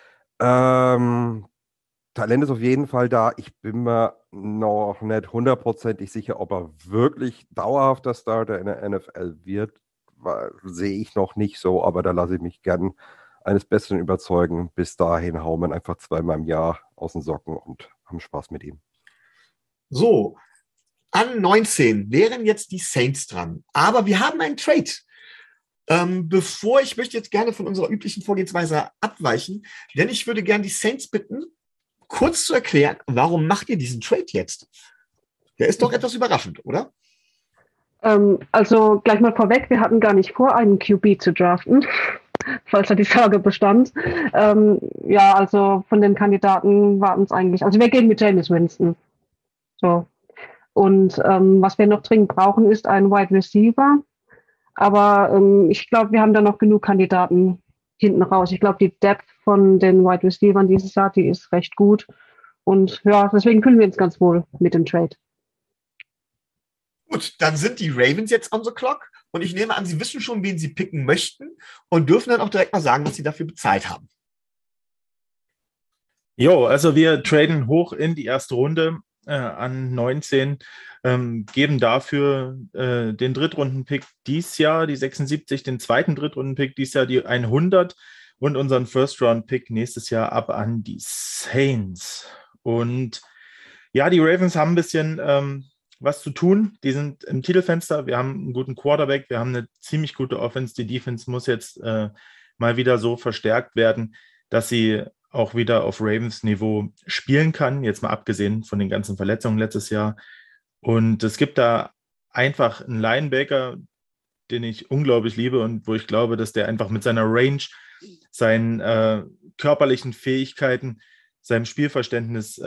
Talent ist auf jeden Fall da. Ich bin mir noch nicht hundertprozentig sicher, ob er wirklich dauerhafter Starter in der NFL wird. Sehe ich noch nicht so, aber da lasse ich mich gern eines Besseren überzeugen. Bis dahin hauen wir einfach 2-mal im Jahr aus den Socken und haben Spaß mit ihm. So, an 19 wären jetzt die Saints dran. Aber wir haben einen Trade. Ich möchte jetzt gerne von unserer üblichen Vorgehensweise abweichen, denn ich würde gerne die Saints bitten, kurz zu erklären, warum macht ihr diesen Trade jetzt? Der ist doch etwas überraschend, oder? Also gleich mal vorweg, wir hatten gar nicht vor, einen QB zu draften, falls da die Sorge bestand. Also von den Kandidaten warten es eigentlich. Also wir gehen mit Jameis Winston. So. Und was wir noch dringend brauchen, ist ein Wide Receiver. Aber ich glaube, wir haben da noch genug Kandidaten hinten raus. Ich glaube, die Depth von den Wide Receivern dieses Jahr, die ist recht gut. Und ja, deswegen fühlen wir uns ganz wohl mit dem Trade. Gut, dann sind die Ravens jetzt on the clock. Und ich nehme an, sie wissen schon, wen sie picken möchten und dürfen dann auch direkt mal sagen, was sie dafür bezahlt haben. Jo, also wir traden hoch in die erste Runde an 19, geben dafür den Drittrunden-Pick dies Jahr, die 76, den zweiten Drittrunden-Pick dies Jahr, die 100 und unseren First-Round-Pick nächstes Jahr ab an die Saints. Und ja, die Ravens haben ein bisschen was zu tun. Die sind im Titelfenster. Wir haben einen guten Quarterback. Wir haben eine ziemlich gute Offense. Die Defense muss jetzt mal wieder so verstärkt werden, dass sie auch wieder auf Ravens Niveau spielen kann, jetzt mal abgesehen von den ganzen Verletzungen letztes Jahr. Und es gibt da einfach einen Linebacker, den ich unglaublich liebe und wo ich glaube, dass der einfach mit seiner Range, seinen körperlichen Fähigkeiten, seinem Spielverständnis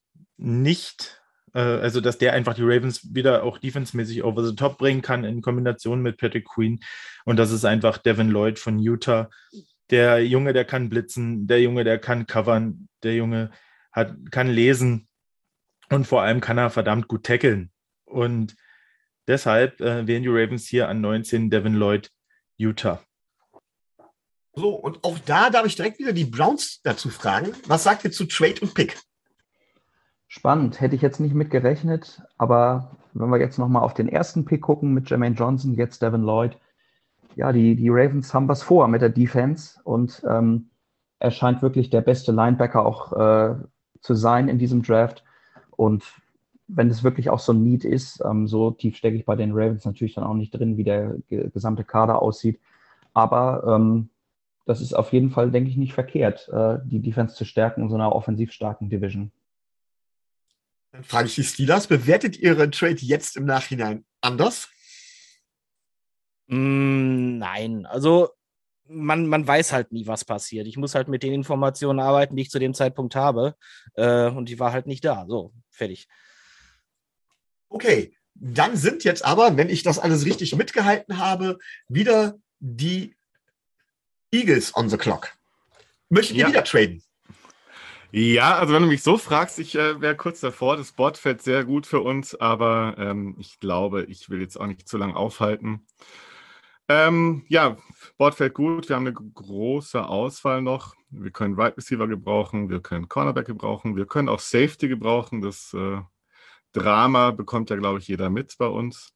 dass der einfach die Ravens wieder auch defensemäßig over the top bringen kann in Kombination mit Patrick Queen. Und das ist einfach Devin Lloyd von Utah. Der Junge, der kann blitzen, der Junge, der kann covern, der Junge kann lesen und vor allem kann er verdammt gut tackeln. Und deshalb wählen die Ravens hier an 19 Devin Lloyd, Utah. So, und auch da darf ich direkt wieder die Browns dazu fragen. Was sagt ihr zu Trade und Pick? Spannend, hätte ich jetzt nicht mit gerechnet, aber wenn wir jetzt nochmal auf den ersten Pick gucken mit Jermaine Johnson, jetzt Devin Lloyd, ja, die Ravens haben was vor mit der Defense und er scheint wirklich der beste Linebacker auch zu sein in diesem Draft. Und wenn es wirklich auch so ein Need ist, so tief stecke ich bei den Ravens natürlich dann auch nicht drin, wie der gesamte Kader aussieht. Aber das ist auf jeden Fall, denke ich, nicht verkehrt, die Defense zu stärken in so einer offensiv starken Division. Dann frage ich die Steelers, bewertet ihr Ihren Trade jetzt im Nachhinein anders? Nein, also man weiß halt nie, was passiert. Ich muss halt mit den Informationen arbeiten, die ich zu dem Zeitpunkt habe. Und die war halt nicht da. So, fertig. Okay, dann sind jetzt aber, wenn ich das alles richtig mitgehalten habe, wieder die Eagles on the clock. Möchtet ihr wieder traden? Ja, also wenn du mich so fragst, ich wäre kurz davor. Das Board fällt sehr gut für uns, aber ich glaube, ich will jetzt auch nicht zu lange aufhalten. Board fällt gut. Wir haben eine große Auswahl noch. Wir können Wide Receiver gebrauchen, wir können Cornerback gebrauchen, wir können auch Safety gebrauchen. Das Drama bekommt ja, glaube ich, jeder mit bei uns.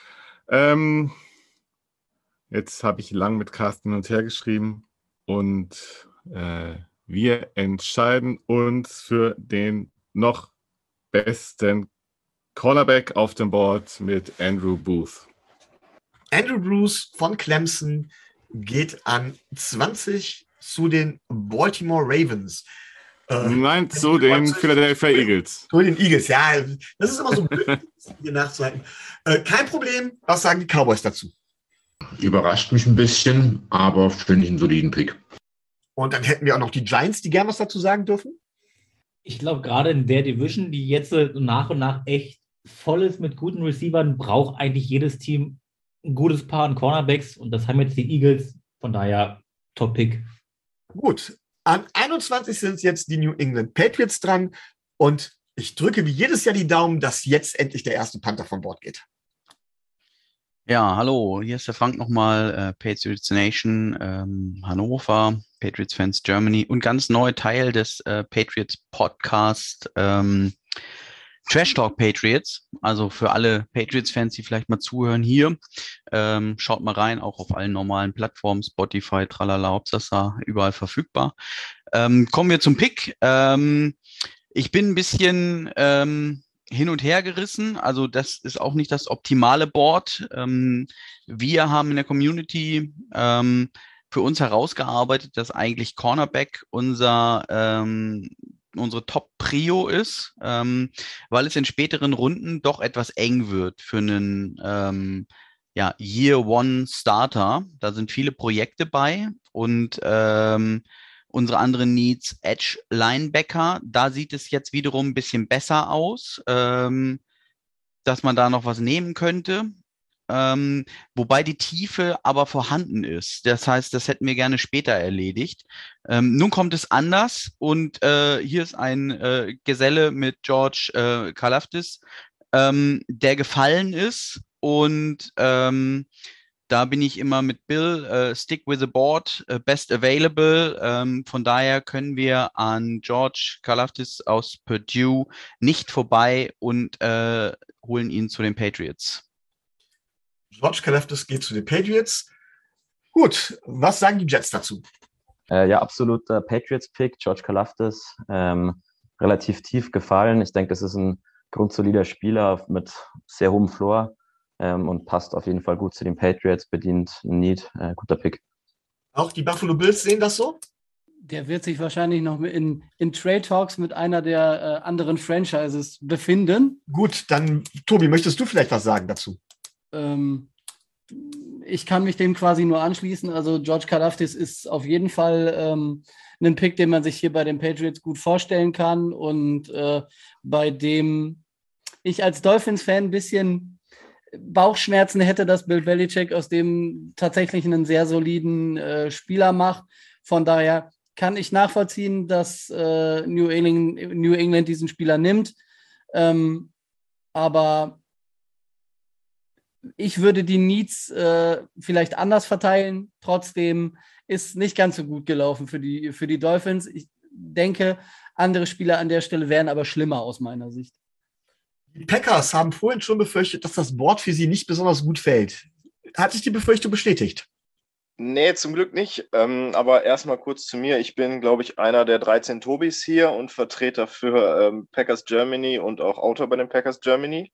Jetzt habe ich lang mit Carsten hin und her geschrieben und wir entscheiden uns für den noch besten Cornerback auf dem Board mit Andrew Booth. Andrew Booth von Clemson geht an 20 zu den Baltimore Ravens. Nein, zu den Philadelphia Eagles. Zu den Eagles, ja. Das ist immer so blöd, hier nachzuhalten. Kein Problem. Was sagen die Cowboys dazu? Überrascht mich ein bisschen, aber finde ich einen soliden Pick. Und dann hätten wir auch noch die Giants, die gern was dazu sagen dürfen. Ich glaube, gerade in der Division, die jetzt nach und nach echt voll ist mit guten Receivern, braucht eigentlich jedes Team ein gutes Paar an Cornerbacks. Und das haben jetzt die Eagles. Von daher Top-Pick. Gut, an 21 sind jetzt die New England Patriots dran. Und ich drücke wie jedes Jahr die Daumen, dass jetzt endlich der erste Panther von Bord geht. Ja, hallo, hier ist der Frank nochmal, Patriots Nation, Hannover, Patriots Fans Germany und ganz neu Teil des Patriots Podcast Trash Talk Patriots. Also für alle Patriots-Fans, die vielleicht mal zuhören hier, schaut mal rein, auch auf allen normalen Plattformen, Spotify, Tralala, Hopsasa, überall verfügbar. Kommen wir zum Pick. Ich bin ein bisschen hin und her gerissen. Also das ist auch nicht das optimale Board. Wir haben in der Community für uns herausgearbeitet, dass eigentlich Cornerback unsere Top-Prio ist, weil es in späteren Runden doch etwas eng wird für einen Year-One-Starter. Da sind viele Projekte bei und unsere anderen Needs, Edge Linebacker, da sieht es jetzt wiederum ein bisschen besser aus, dass man da noch was nehmen könnte. Wobei die Tiefe aber vorhanden ist. Das heißt, das hätten wir gerne später erledigt. Nun kommt es anders und hier ist ein Geselle mit George Karlaftis, der gefallen ist und da bin ich immer mit Bill, stick with the board, best available. Von daher können wir an George Karlaftis aus Purdue nicht vorbei und holen ihn zu den Patriots. George Karlaftis geht zu den Patriots. Gut, was sagen die Jets dazu? Ja, absoluter Patriots-Pick, George Karlaftis. Relativ tief gefallen. Ich denke, das ist ein grundsolider Spieler mit sehr hohem Floor. Und passt auf jeden Fall gut zu den Patriots, bedient ein Need, guter Pick. Auch die Buffalo Bills sehen das so? Der wird sich wahrscheinlich noch in Trade Talks mit einer der anderen Franchises befinden. Gut, dann Tobi, möchtest du vielleicht was sagen dazu? Ich kann mich dem quasi nur anschließen. Also George Karlaftis ist auf jeden Fall ein Pick, den man sich hier bei den Patriots gut vorstellen kann und bei dem ich als Dolphins-Fan ein bisschen Bauchschmerzen hätte, dass Bill Belichick aus dem tatsächlich einen sehr soliden Spieler macht. Von daher kann ich nachvollziehen, dass New England diesen Spieler nimmt. Aber ich würde die Needs vielleicht anders verteilen. Trotzdem ist nicht ganz so gut gelaufen für die Dolphins. Ich denke, andere Spieler an der Stelle wären aber schlimmer aus meiner Sicht. Die Packers haben vorhin schon befürchtet, dass das Board für sie nicht besonders gut fällt. Hat sich die Befürchtung bestätigt? Nee, zum Glück nicht. Aber erstmal kurz zu mir. Ich bin, glaube ich, einer der 13 Tobis hier und Vertreter für Packers Germany und auch Autor bei den Packers Germany.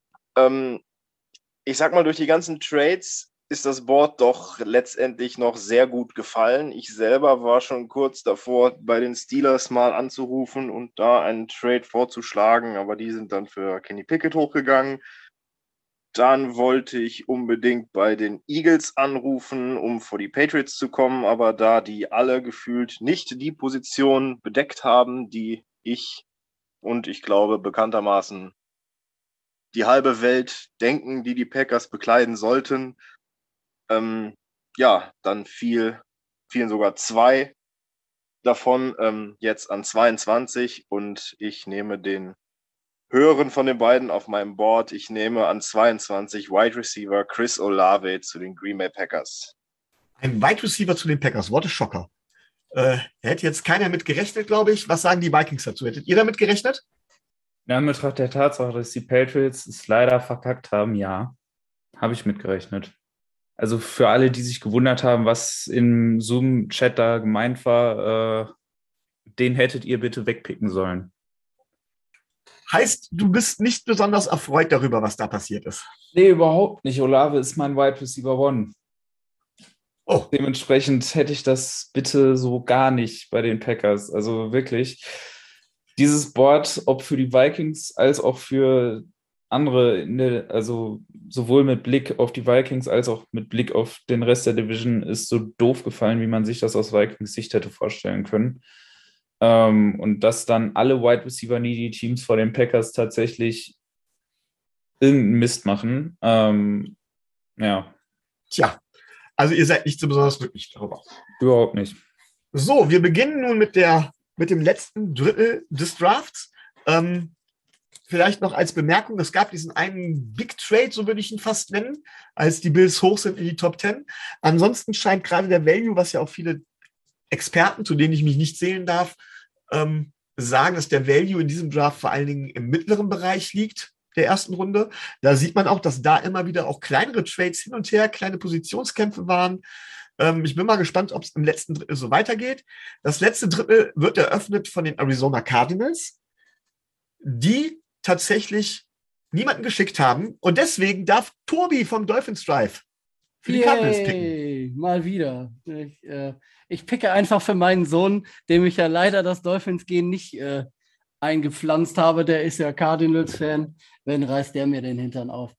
Ich sag mal, durch die ganzen Trades ist das Board doch letztendlich noch sehr gut gefallen. Ich selber war schon kurz davor, bei den Steelers mal anzurufen und da einen Trade vorzuschlagen, aber die sind dann für Kenny Pickett hochgegangen. Dann wollte ich unbedingt bei den Eagles anrufen, um vor die Patriots zu kommen, aber da die alle gefühlt nicht die Position bedeckt haben, die ich und ich glaube bekanntermaßen die halbe Welt denken, die Packers bekleiden sollten, dann fielen sogar 2 davon jetzt an 22 und ich nehme den höheren von den beiden auf meinem Board. Ich nehme an 22 Wide Receiver Chris Olave zu den Green Bay Packers. Ein Wide Receiver zu den Packers, Worte Schocker. Hätte jetzt keiner mit gerechnet, glaube ich. Was sagen die Vikings dazu? Hättet ihr damit gerechnet? Ja, in Betracht der Tatsache, dass die Patriots es leider verkackt haben, ja, habe ich mitgerechnet. Also für alle, die sich gewundert haben, was im Zoom-Chat da gemeint war, den hättet ihr bitte wegpicken sollen. Heißt, du bist nicht besonders erfreut darüber, was da passiert ist? Nee, überhaupt nicht. Olave ist mein Wide Receiver One. Oh. Dementsprechend hätte ich das bitte so gar nicht bei den Packers. Also wirklich, dieses Board, ob für die Vikings als auch für andere, also sowohl mit Blick auf die Vikings als auch mit Blick auf den Rest der Division ist so doof gefallen, wie man sich das aus Vikings Sicht hätte vorstellen können. Und dass dann alle Wide Receiver Needy Teams vor den Packers tatsächlich irgendeinen Mist machen. Ja. Tja, also ihr seid nicht so besonders glücklich darüber. Überhaupt nicht. So, wir beginnen nun mit dem letzten Drittel des Drafts. Vielleicht noch als Bemerkung, es gab diesen einen Big Trade, so würde ich ihn fast nennen, als die Bills hoch sind in die Top 10. Ansonsten scheint gerade der Value, was ja auch viele Experten, zu denen ich mich nicht zählen darf, sagen, dass der Value in diesem Draft vor allen Dingen im mittleren Bereich liegt, der ersten Runde. Da sieht man auch, dass da immer wieder auch kleinere Trades hin und her, kleine Positionskämpfe waren. Ich bin mal gespannt, ob es im letzten Drittel so weitergeht. Das letzte Drittel wird eröffnet von den Arizona Cardinals, die tatsächlich niemanden geschickt haben. Und deswegen darf Tobi vom Dolphins Drive für die Cardinals picken. Mal wieder. Ich picke einfach für meinen Sohn, dem ich ja leider das Dolphins-Gen nicht eingepflanzt habe. Der ist ja Cardinals-Fan. Wenn, reißt der mir den Hintern auf.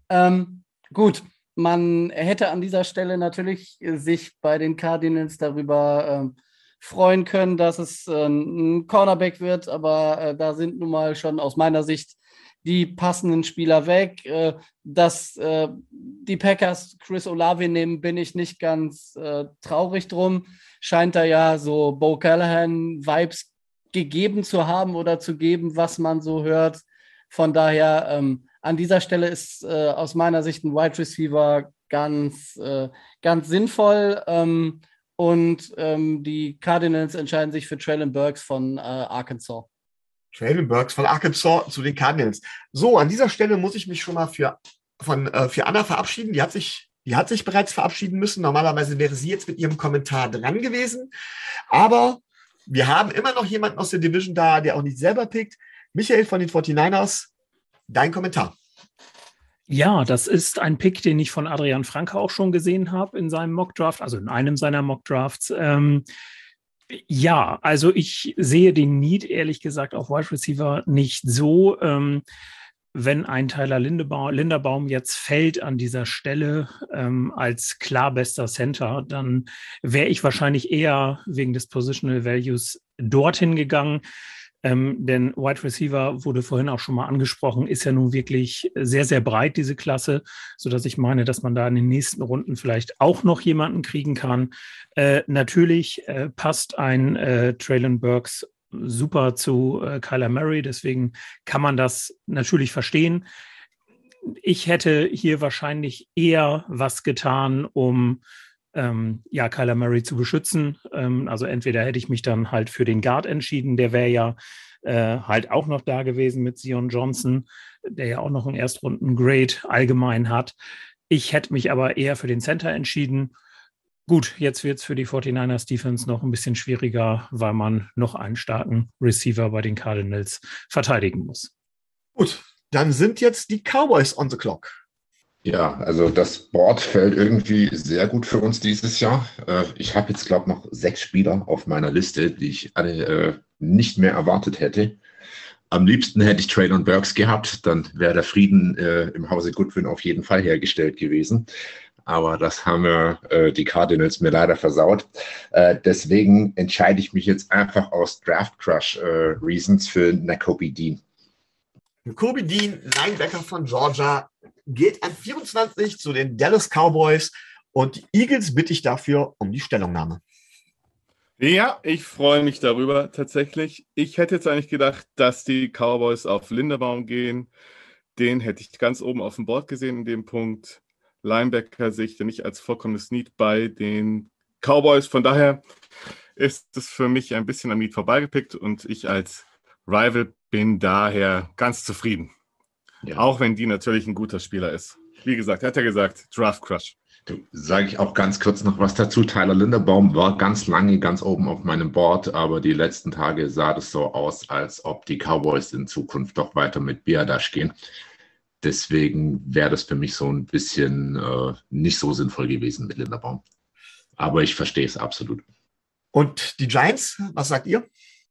Gut, man hätte an dieser Stelle natürlich sich bei den Cardinals darüber freuen können, dass es ein Cornerback wird, aber da sind nun mal schon aus meiner Sicht die passenden Spieler weg. Dass die Packers Chris Olave nehmen, bin ich nicht ganz traurig drum. Scheint da ja so Bo Callahan-Vibes gegeben zu haben oder zu geben, was man so hört. Von daher, an dieser Stelle ist aus meiner Sicht ein Wide Receiver ganz sinnvoll. Und die Cardinals entscheiden sich für Traylon Burks von Arkansas. Traylon Burks von Arkansas zu den Cardinals. So, an dieser Stelle muss ich mich schon mal für Anna verabschieden. Die hat sich bereits verabschieden müssen. Normalerweise wäre sie jetzt mit ihrem Kommentar dran gewesen. Aber wir haben immer noch jemanden aus der Division da, der auch nicht selber pickt. Michael von den 49ers, dein Kommentar. Ja, das ist ein Pick, den ich von Adrian Franke auch schon gesehen habe in seinem Mockdraft, also in einem seiner Mockdrafts. Ja, also ich sehe den Need, ehrlich gesagt, auf Wide Receiver nicht so. Wenn ein Tyler Linderbaum jetzt fällt an dieser Stelle als klar bester Center, dann wäre ich wahrscheinlich eher wegen des Positional Values dorthin gegangen. Denn Wide Receiver wurde vorhin auch schon mal angesprochen, ist ja nun wirklich sehr, sehr breit, diese Klasse, sodass ich meine, dass man da in den nächsten Runden vielleicht auch noch jemanden kriegen kann. Natürlich passt ein Traylon Burks super zu Kyler Murray, deswegen kann man das natürlich verstehen. Ich hätte hier wahrscheinlich eher was getan, um Kyler Murray zu beschützen. Also entweder hätte ich mich dann halt für den Guard entschieden, der wäre ja halt auch noch da gewesen mit Zion Johnson, der ja auch noch einen Erstrunden-Grade allgemein hat. Ich hätte mich aber eher für den Center entschieden. Gut, jetzt wird es für die 49ers Defense noch ein bisschen schwieriger, weil man noch einen starken Receiver bei den Cardinals verteidigen muss. Gut, dann sind jetzt die Cowboys on the clock. Ja, also das Board fällt irgendwie sehr gut für uns dieses Jahr. Ich habe jetzt, glaube ich, noch 6 Spieler auf meiner Liste, die ich alle nicht mehr erwartet hätte. Am liebsten hätte ich Traylon Burks gehabt, dann wäre der Frieden im Hause Goodwin auf jeden Fall hergestellt gewesen. Aber das haben die Cardinals mir leider versaut. Deswegen entscheide ich mich jetzt einfach aus Draft Crush Reasons für Nakobe Dean. Nakobe Dean, Linebacker von Georgia, geht an 24 zu den Dallas Cowboys und die Eagles bitte ich dafür um die Stellungnahme. Ja, ich freue mich darüber tatsächlich. Ich hätte jetzt eigentlich gedacht, dass die Cowboys auf Linderbaum gehen. Den hätte ich ganz oben auf dem Board gesehen in dem Punkt. Linebacker sehe ich ja nicht als vollkommenes Need bei den Cowboys. Von daher ist es für mich ein bisschen am Need vorbeigepickt und ich als Rival bin daher ganz zufrieden. Ja. Auch wenn die natürlich ein guter Spieler ist. Wie gesagt, hat er gesagt, Draft Crush. Sage ich auch ganz kurz noch was dazu. Tyler Linderbaum war ganz lange ganz oben auf meinem Board, aber die letzten Tage sah das so aus, als ob die Cowboys in Zukunft doch weiter mit Biadasz gehen. Deswegen wäre das für mich so ein bisschen nicht so sinnvoll gewesen mit Linderbaum. Aber ich verstehe es absolut. Und die Giants, was sagt ihr?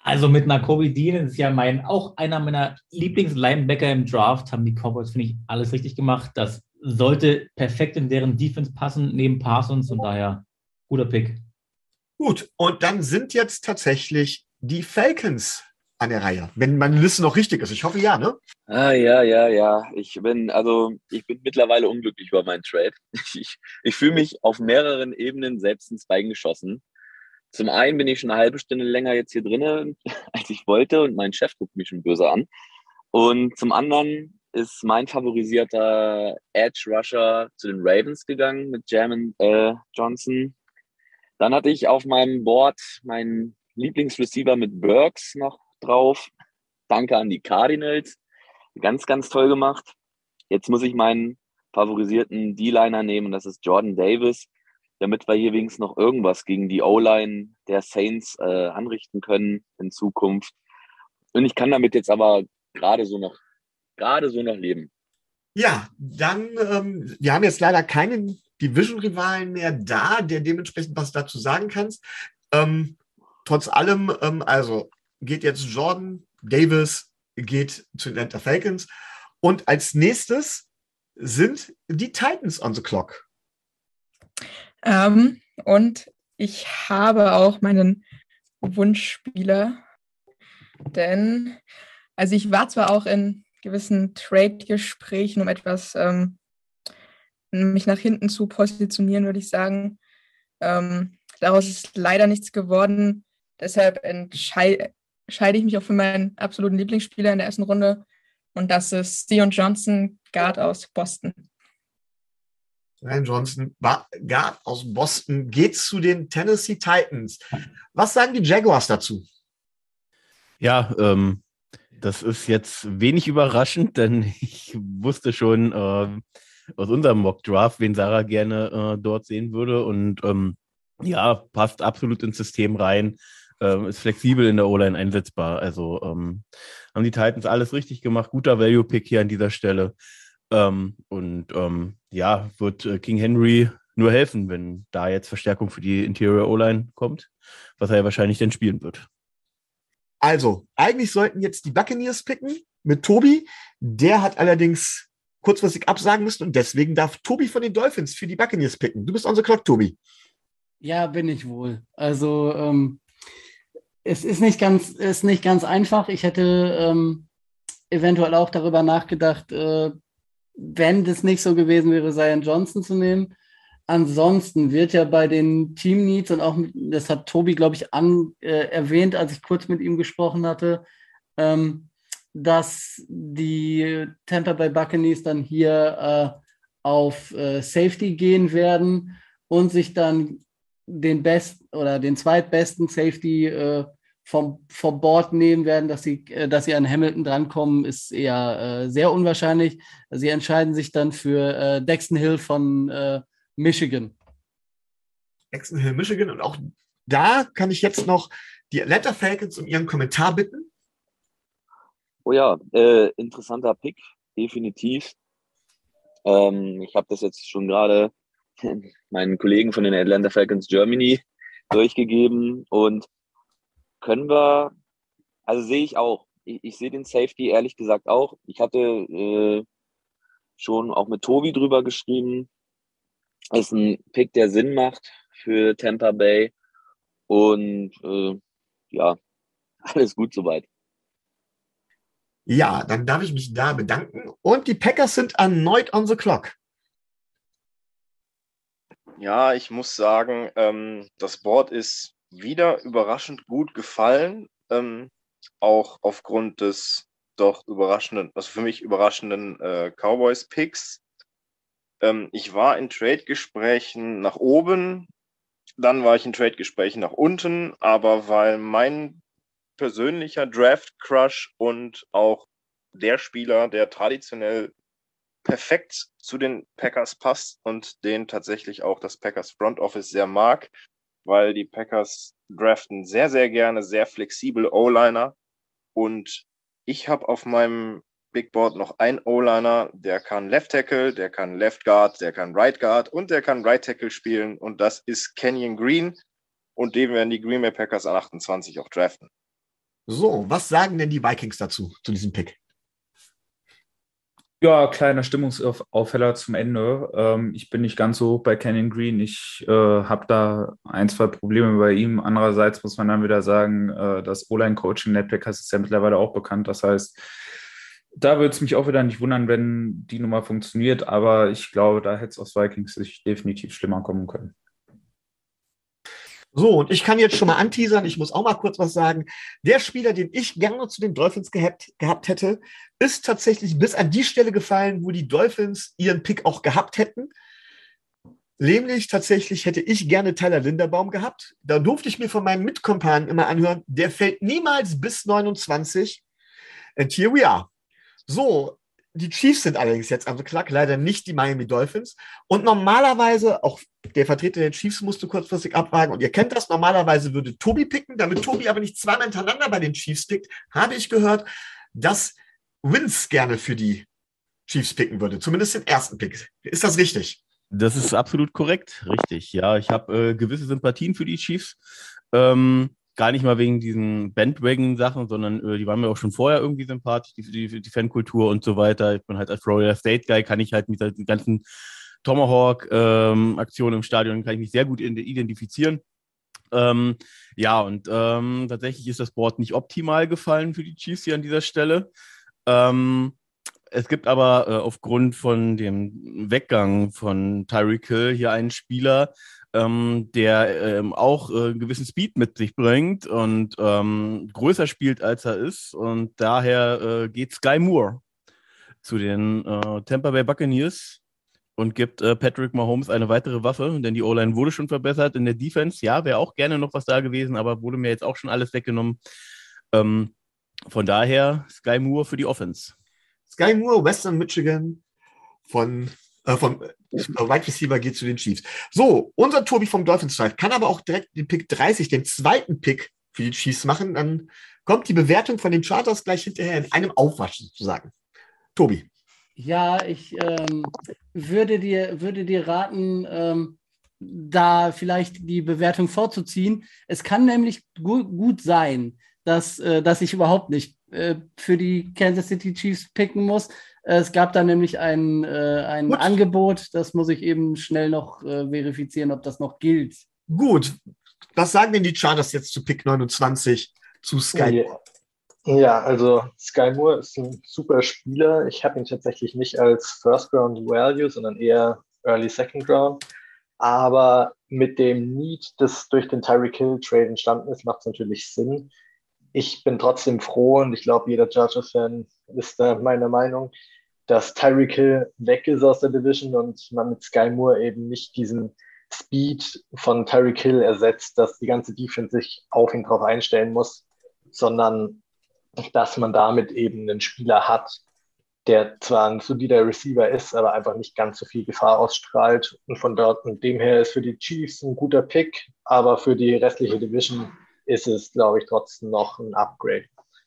Also mit Nakobe Dean, das ist ja auch einer meiner Lieblings-Linebacker im Draft, haben die Cowboys, finde ich, alles richtig gemacht. Das sollte perfekt in deren Defense passen, neben Parsons, und daher guter Pick. Gut, und dann sind jetzt tatsächlich die Falcons an der Reihe, wenn meine Liste noch richtig ist. Ich hoffe, ja, ne? Ja. Ich bin mittlerweile unglücklich über meinen Trade. Ich fühle mich auf mehreren Ebenen selbst ins Bein geschossen. Zum einen bin ich schon eine halbe Stunde länger jetzt hier drinnen, als ich wollte, und mein Chef guckt mich schon böse an. Und zum anderen ist mein favorisierter Edge Rusher zu den Ravens gegangen mit Jamin Johnson. Dann hatte ich auf meinem Board meinen Lieblingsreceiver mit Burks noch drauf. Danke an die Cardinals. Ganz, ganz toll gemacht. Jetzt muss ich meinen favorisierten D-Liner nehmen, und das ist Jordan Davis, damit wir hier wenigstens noch irgendwas gegen die O-Line der Saints anrichten können in Zukunft. Und ich kann damit jetzt aber gerade so noch leben. Ja, dann, wir haben jetzt leider keinen Division-Rivalen mehr da, der dementsprechend was dazu sagen kannst. Trotz allem, also geht jetzt Jordan Davis, geht zu den Atlanta Falcons. Und als nächstes sind die Titans on the clock. Und ich habe auch meinen Wunschspieler, denn also ich war zwar auch in gewissen Trade-Gesprächen, um etwas mich nach hinten zu positionieren, würde ich sagen. Daraus ist leider nichts geworden. Deshalb entscheide ich mich auch für meinen absoluten Lieblingsspieler in der ersten Runde. Und das ist Dion Johnson, Guard aus Boston. Ryan Johnson, Guard aus Boston, geht zu den Tennessee Titans. Was sagen die Jaguars dazu? Ja, das ist jetzt wenig überraschend, denn ich wusste schon aus unserem Mock-Draft, wen Sarah gerne dort sehen würde. Und ja, passt absolut ins System rein, ist flexibel in der O-Line einsetzbar. Also haben die Titans alles richtig gemacht. Guter Value-Pick hier an dieser Stelle. Ja, wird King Henry nur helfen, wenn da jetzt Verstärkung für die Interior O-Line kommt, was er ja wahrscheinlich dann spielen wird. Also, eigentlich sollten jetzt die Buccaneers picken mit Tobi. Der hat allerdings kurzfristig absagen müssen, und deswegen darf Tobi von den Dolphins für die Buccaneers picken. Du bist on the clock, Tobi. Ja, bin ich wohl. Also, es ist nicht ganz einfach. Ich hätte eventuell auch darüber nachgedacht, wenn das nicht so gewesen wäre, Zion Johnson zu nehmen. Ansonsten wird ja bei den Team Needs, und auch, das hat Tobi, glaube ich, erwähnt, als ich kurz mit ihm gesprochen hatte, dass die Tampa Bay Buccaneers dann hier auf Safety gehen werden und sich dann den zweitbesten Safety vom Board nehmen werden. Dass sie an Hamilton drankommen, ist eher sehr unwahrscheinlich. Sie entscheiden sich dann für Daxton Hill von Michigan. Daxton Hill, Michigan. Und auch da kann ich jetzt noch die Atlanta Falcons um ihren Kommentar bitten. Oh ja, interessanter Pick, definitiv. Ich habe das jetzt schon gerade meinen Kollegen von den Atlanta Falcons Germany durchgegeben, und sehe ich auch. Ich sehe den Safety ehrlich gesagt auch. Ich hatte schon auch mit Tobi drüber geschrieben. Ist ein Pick, der Sinn macht für Tampa Bay, und ja, alles gut soweit. Ja, dann darf ich mich da bedanken. Und die Packers sind erneut on the clock. Ja, ich muss sagen, das Board ist wieder überraschend gut gefallen. Auch aufgrund des doch überraschenden, also für mich überraschenden Cowboys-Picks. Ich war in Trade-Gesprächen nach oben, dann war ich in Trade-Gesprächen nach unten, aber weil mein persönlicher Draft-Crush und auch der Spieler, der traditionell perfekt zu den Packers passt und den tatsächlich auch das Packers Front Office sehr mag, weil die Packers draften sehr, sehr gerne sehr flexibel O-Liner, und ich habe auf meinem Big Board noch einen O-Liner, der kann Left Tackle, der kann Left Guard, der kann Right Guard und der kann Right Tackle spielen, und das ist Kenyon Green, und den werden die Green Bay Packers an 28 auch draften. So, was sagen denn die Vikings dazu, zu diesem Pick? Ja, kleiner Stimmungsaufheller zum Ende. Ich bin nicht ganz so hoch bei Kenyon Green. Ich habe da ein, zwei Probleme bei ihm. Andererseits muss man dann wieder sagen, das O-Line-Coaching Netbackers ist ja mittlerweile auch bekannt. Das heißt, da würde es mich auch wieder nicht wundern, wenn die Nummer funktioniert. Aber ich glaube, da hätte es aus Vikings sich definitiv schlimmer kommen können. So, und ich kann jetzt schon mal anteasern, ich muss auch mal kurz was sagen. Der Spieler, den ich gerne zu den Dolphins gehabt hätte, ist tatsächlich bis an die Stelle gefallen, wo die Dolphins ihren Pick auch gehabt hätten. Nämlich tatsächlich hätte ich gerne Tyler Linderbaum gehabt. Da durfte ich mir von meinen Mitkompanen immer anhören, der fällt niemals bis 29. And here we are. So, die Chiefs sind allerdings jetzt am Clock, leider nicht die Miami Dolphins. Und normalerweise, auch der Vertreter der Chiefs musste kurzfristig abwagen. Und ihr kennt das, normalerweise würde Tobi picken. Damit Tobi aber nicht zweimal hintereinander bei den Chiefs pickt, habe ich gehört, dass Vince gerne für die Chiefs picken würde. Zumindest den ersten Pick. Ist das richtig? Das ist absolut korrekt, richtig. Ja, ich habe gewisse Sympathien für die Chiefs. Gar nicht mal wegen diesen Bandwagon-Sachen, sondern die waren mir auch schon vorher irgendwie sympathisch, die Fankultur und so weiter. Ich bin halt als Florida State-Guy, kann ich halt mit den ganzen Tomahawk-Aktionen im Stadion, kann ich mich sehr gut identifizieren. Tatsächlich ist das Board nicht optimal gefallen für die Chiefs hier an dieser Stelle. Es gibt aber aufgrund von dem Weggang von Tyreek Hill hier einen Spieler, der auch gewissen Speed mit sich bringt und größer spielt, als er ist. Und daher geht Sky Moore zu den Tampa Bay Buccaneers und gibt Patrick Mahomes eine weitere Waffe, denn die O-Line wurde schon verbessert in der Defense. Ja, wäre auch gerne noch was da gewesen, aber wurde mir jetzt auch schon alles weggenommen. Von daher Sky Moore für die Offense. Sky Moore, Western Michigan, vom Wide Receiver geht zu den Chiefs. So, unser Tobi vom Dolphins Drive kann aber auch direkt den Pick 30, den zweiten Pick für die Chiefs machen. Dann kommt die Bewertung von den Chargers gleich hinterher in einem Aufwasch sozusagen. Tobi. Ja, ich würde dir raten, da vielleicht die Bewertung vorzuziehen. Es kann nämlich gut sein, dass ich überhaupt nicht für die Kansas City Chiefs picken muss. Es gab da nämlich ein Angebot, das muss ich eben schnell noch verifizieren, ob das noch gilt. Gut, was sagen denn die Chargers jetzt zu Pick 29 zu Sky Moore? Ja, also Sky Moore ist ein super Spieler. Ich habe ihn tatsächlich nicht als First Round Value, sondern eher Early Second Round. Aber mit dem Need, das durch den Tyreek Hill Trade entstanden ist, macht es natürlich Sinn. Ich bin trotzdem froh und ich glaube, jeder Chargers-Fan ist da meiner Meinung, dass Tyreek Hill weg ist aus der Division und man mit Sky Moore eben nicht diesen Speed von Tyreek Hill ersetzt, dass die ganze Defense sich auf ihn drauf einstellen muss, sondern dass man damit eben einen Spieler hat, der zwar ein solider Receiver ist, aber einfach nicht ganz so viel Gefahr ausstrahlt. Und von dort und dem her ist für die Chiefs ein guter Pick, aber für die restliche Division ist es, glaube ich, trotzdem noch ein Upgrade.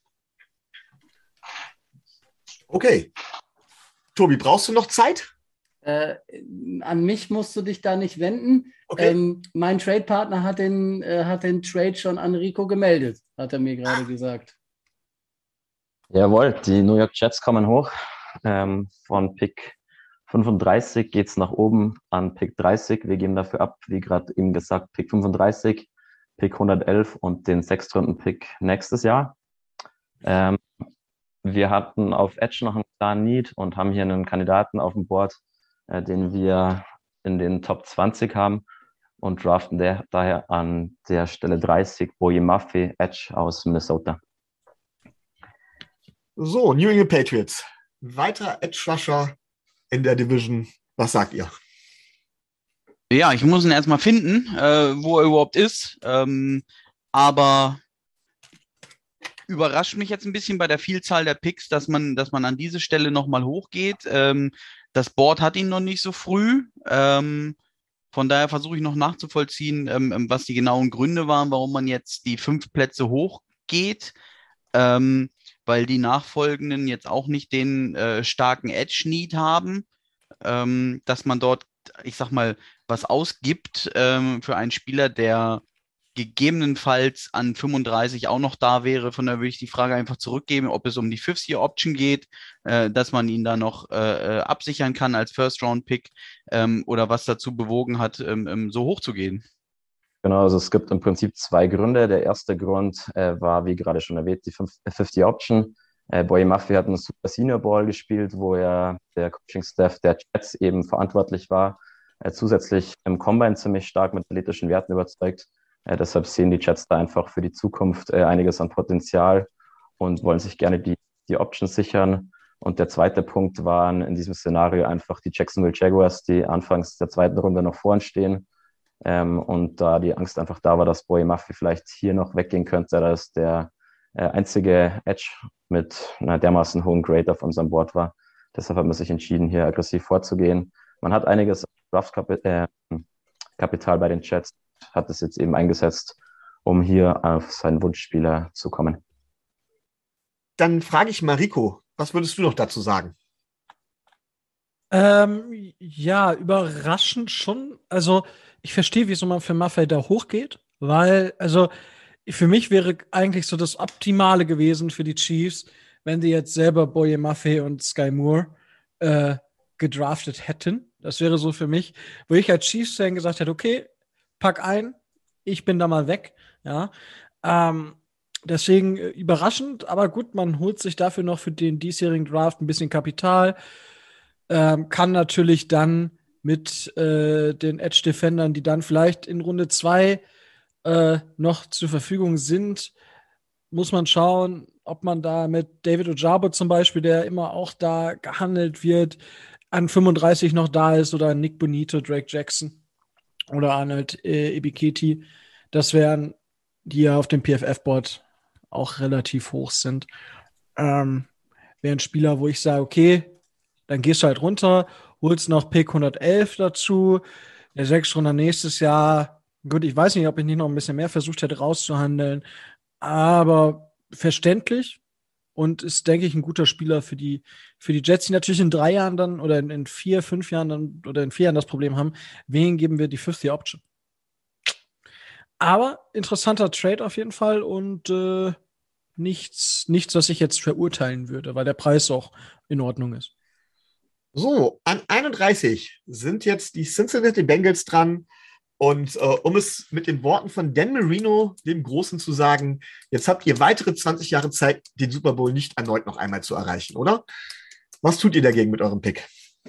Okay. Tobi, brauchst du noch Zeit? An mich musst du dich da nicht wenden. Okay. Mein Trade-Partner hat den Trade schon an Rico gemeldet, hat er mir gerade gesagt. Jawohl, die New York Jets kommen hoch. Von Pick 35 geht es nach oben an Pick 30. Wir geben dafür ab, wie gerade eben gesagt, Pick 35, Pick 111 und den 6-Runden-Pick nächstes Jahr. Wir hatten auf Edge noch einen klaren Need und haben hier einen Kandidaten auf dem Board, den wir in den Top 20 haben und draften daher an der Stelle 30 Boye Mafe, Edge aus Minnesota. So, New England Patriots. Weiterer Edge-Rusher in der Division. Was sagt ihr? Ja, ich muss ihn erstmal finden, wo er überhaupt ist. Aber überrascht mich jetzt ein bisschen bei der Vielzahl der Picks, dass man an diese Stelle nochmal hochgeht. Das Board hat ihn noch nicht so früh. Von daher versuche ich noch nachzuvollziehen, was die genauen Gründe waren, warum man jetzt die 5 Plätze hochgeht. Weil die Nachfolgenden jetzt auch nicht den starken Edge-Need haben, dass man dort, ich sag mal, was ausgibt für einen Spieler, der gegebenenfalls an 35 auch noch da wäre. Von daher würde ich die Frage einfach zurückgeben, ob es um die Fifth-Year-Option geht, dass man ihn da noch absichern kann als First-Round-Pick oder was dazu bewogen hat, so hoch zu gehen. Genau, also es gibt im Prinzip zwei Gründe. Der erste Grund war, wie gerade schon erwähnt, die 50-Option. Boye Mafe hat einen Super Senior Ball gespielt, wo ja der Coaching-Staff der Jets eben verantwortlich war. Zusätzlich im Combine ziemlich stark mit athletischen Werten überzeugt. Deshalb sehen die Jets da einfach für die Zukunft einiges an Potenzial und wollen sich gerne die Options sichern. Und der zweite Punkt waren in diesem Szenario einfach die Jacksonville Jaguars, die anfangs der zweiten Runde noch vorn stehen. Und da die Angst einfach da war, dass Boye Mafe vielleicht hier noch weggehen könnte, da es der einzige Edge mit einer dermaßen hohen Grade auf unserem Board war. Deshalb hat man sich entschieden, hier aggressiv vorzugehen. Man hat einiges Draftkapital bei den Jets, hat es jetzt eben eingesetzt, um hier auf seinen Wunschspieler zu kommen. Dann frage ich Mariko, was würdest du noch dazu sagen? Ja, überraschend schon. Also, ich verstehe, wieso man für Maffei da hochgeht, weil, also, für mich wäre eigentlich so das Optimale gewesen für die Chiefs, wenn die jetzt selber Boye Mafe und Sky Moore gedraftet hätten. Das wäre so für mich, wo ich als Chiefs-Fan gesagt hätte, okay, pack ein, ich bin da mal weg. Ja, deswegen überraschend, aber gut, man holt sich dafür noch für den diesjährigen Draft ein bisschen Kapital. Kann natürlich dann mit den Edge-Defendern, die dann vielleicht in Runde 2 noch zur Verfügung sind, muss man schauen, ob man da mit David Ojabo zum Beispiel, der immer auch da gehandelt wird, an 35 noch da ist, oder Nick Bonito, Drake Jackson oder Arnold Ebiketie. Das wären, die ja auf dem PFF-Board auch relativ hoch sind. Wären Spieler, wo ich sage, okay, dann gehst du halt runter, holst noch Pick 111 dazu, der 6-Runder nächstes Jahr. Gut, ich weiß nicht, ob ich nicht noch ein bisschen mehr versucht hätte rauszuhandeln, aber verständlich und ist, denke ich, ein guter Spieler für die Jets, die natürlich in 3 Jahren dann oder in 4, 5 Jahren dann oder in 4 Jahren das Problem haben, wen geben wir die 50 Option? Aber interessanter Trade auf jeden Fall und nichts, was ich jetzt verurteilen würde, weil der Preis auch in Ordnung ist. So, an 31 sind jetzt die Cincinnati Bengals dran. Und um es mit den Worten von Dan Marino, dem Großen, zu sagen, jetzt habt ihr weitere 20 Jahre Zeit, den Super Bowl nicht erneut noch einmal zu erreichen, oder? Was tut ihr dagegen mit eurem Pick?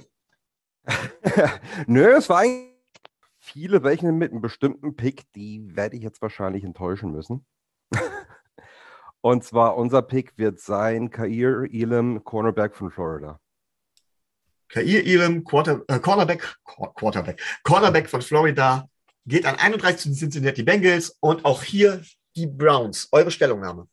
Nö, es war eigentlich viele rechnen mit einem bestimmten Pick, die werde ich jetzt wahrscheinlich enttäuschen müssen. Und zwar unser Pick wird sein Kaiir Elam, Cornerback von Florida. Kaiir Elam, Cornerback von Florida, geht an 31 zu den Cincinnati Bengals und auch hier die Browns. Eure Stellungnahme.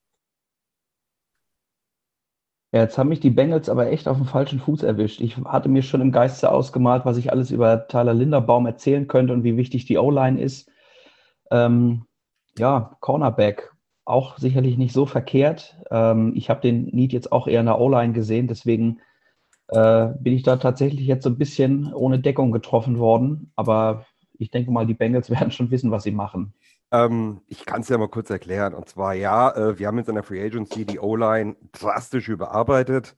Ja, jetzt haben mich die Bengals aber echt auf dem falschen Fuß erwischt. Ich hatte mir schon im Geiste ausgemalt, was ich alles über Tyler Linderbaum erzählen könnte und wie wichtig die O-Line ist. Ja, Cornerback, auch sicherlich nicht so verkehrt. Ich habe den Need jetzt auch eher in der O-Line gesehen, deswegen bin ich da tatsächlich jetzt so ein bisschen ohne Deckung getroffen worden. Aber ich denke mal, die Bengals werden schon wissen, was sie machen. Ich kann es ja mal kurz erklären. Und zwar, ja, wir haben jetzt in der Free Agency die O-Line drastisch überarbeitet.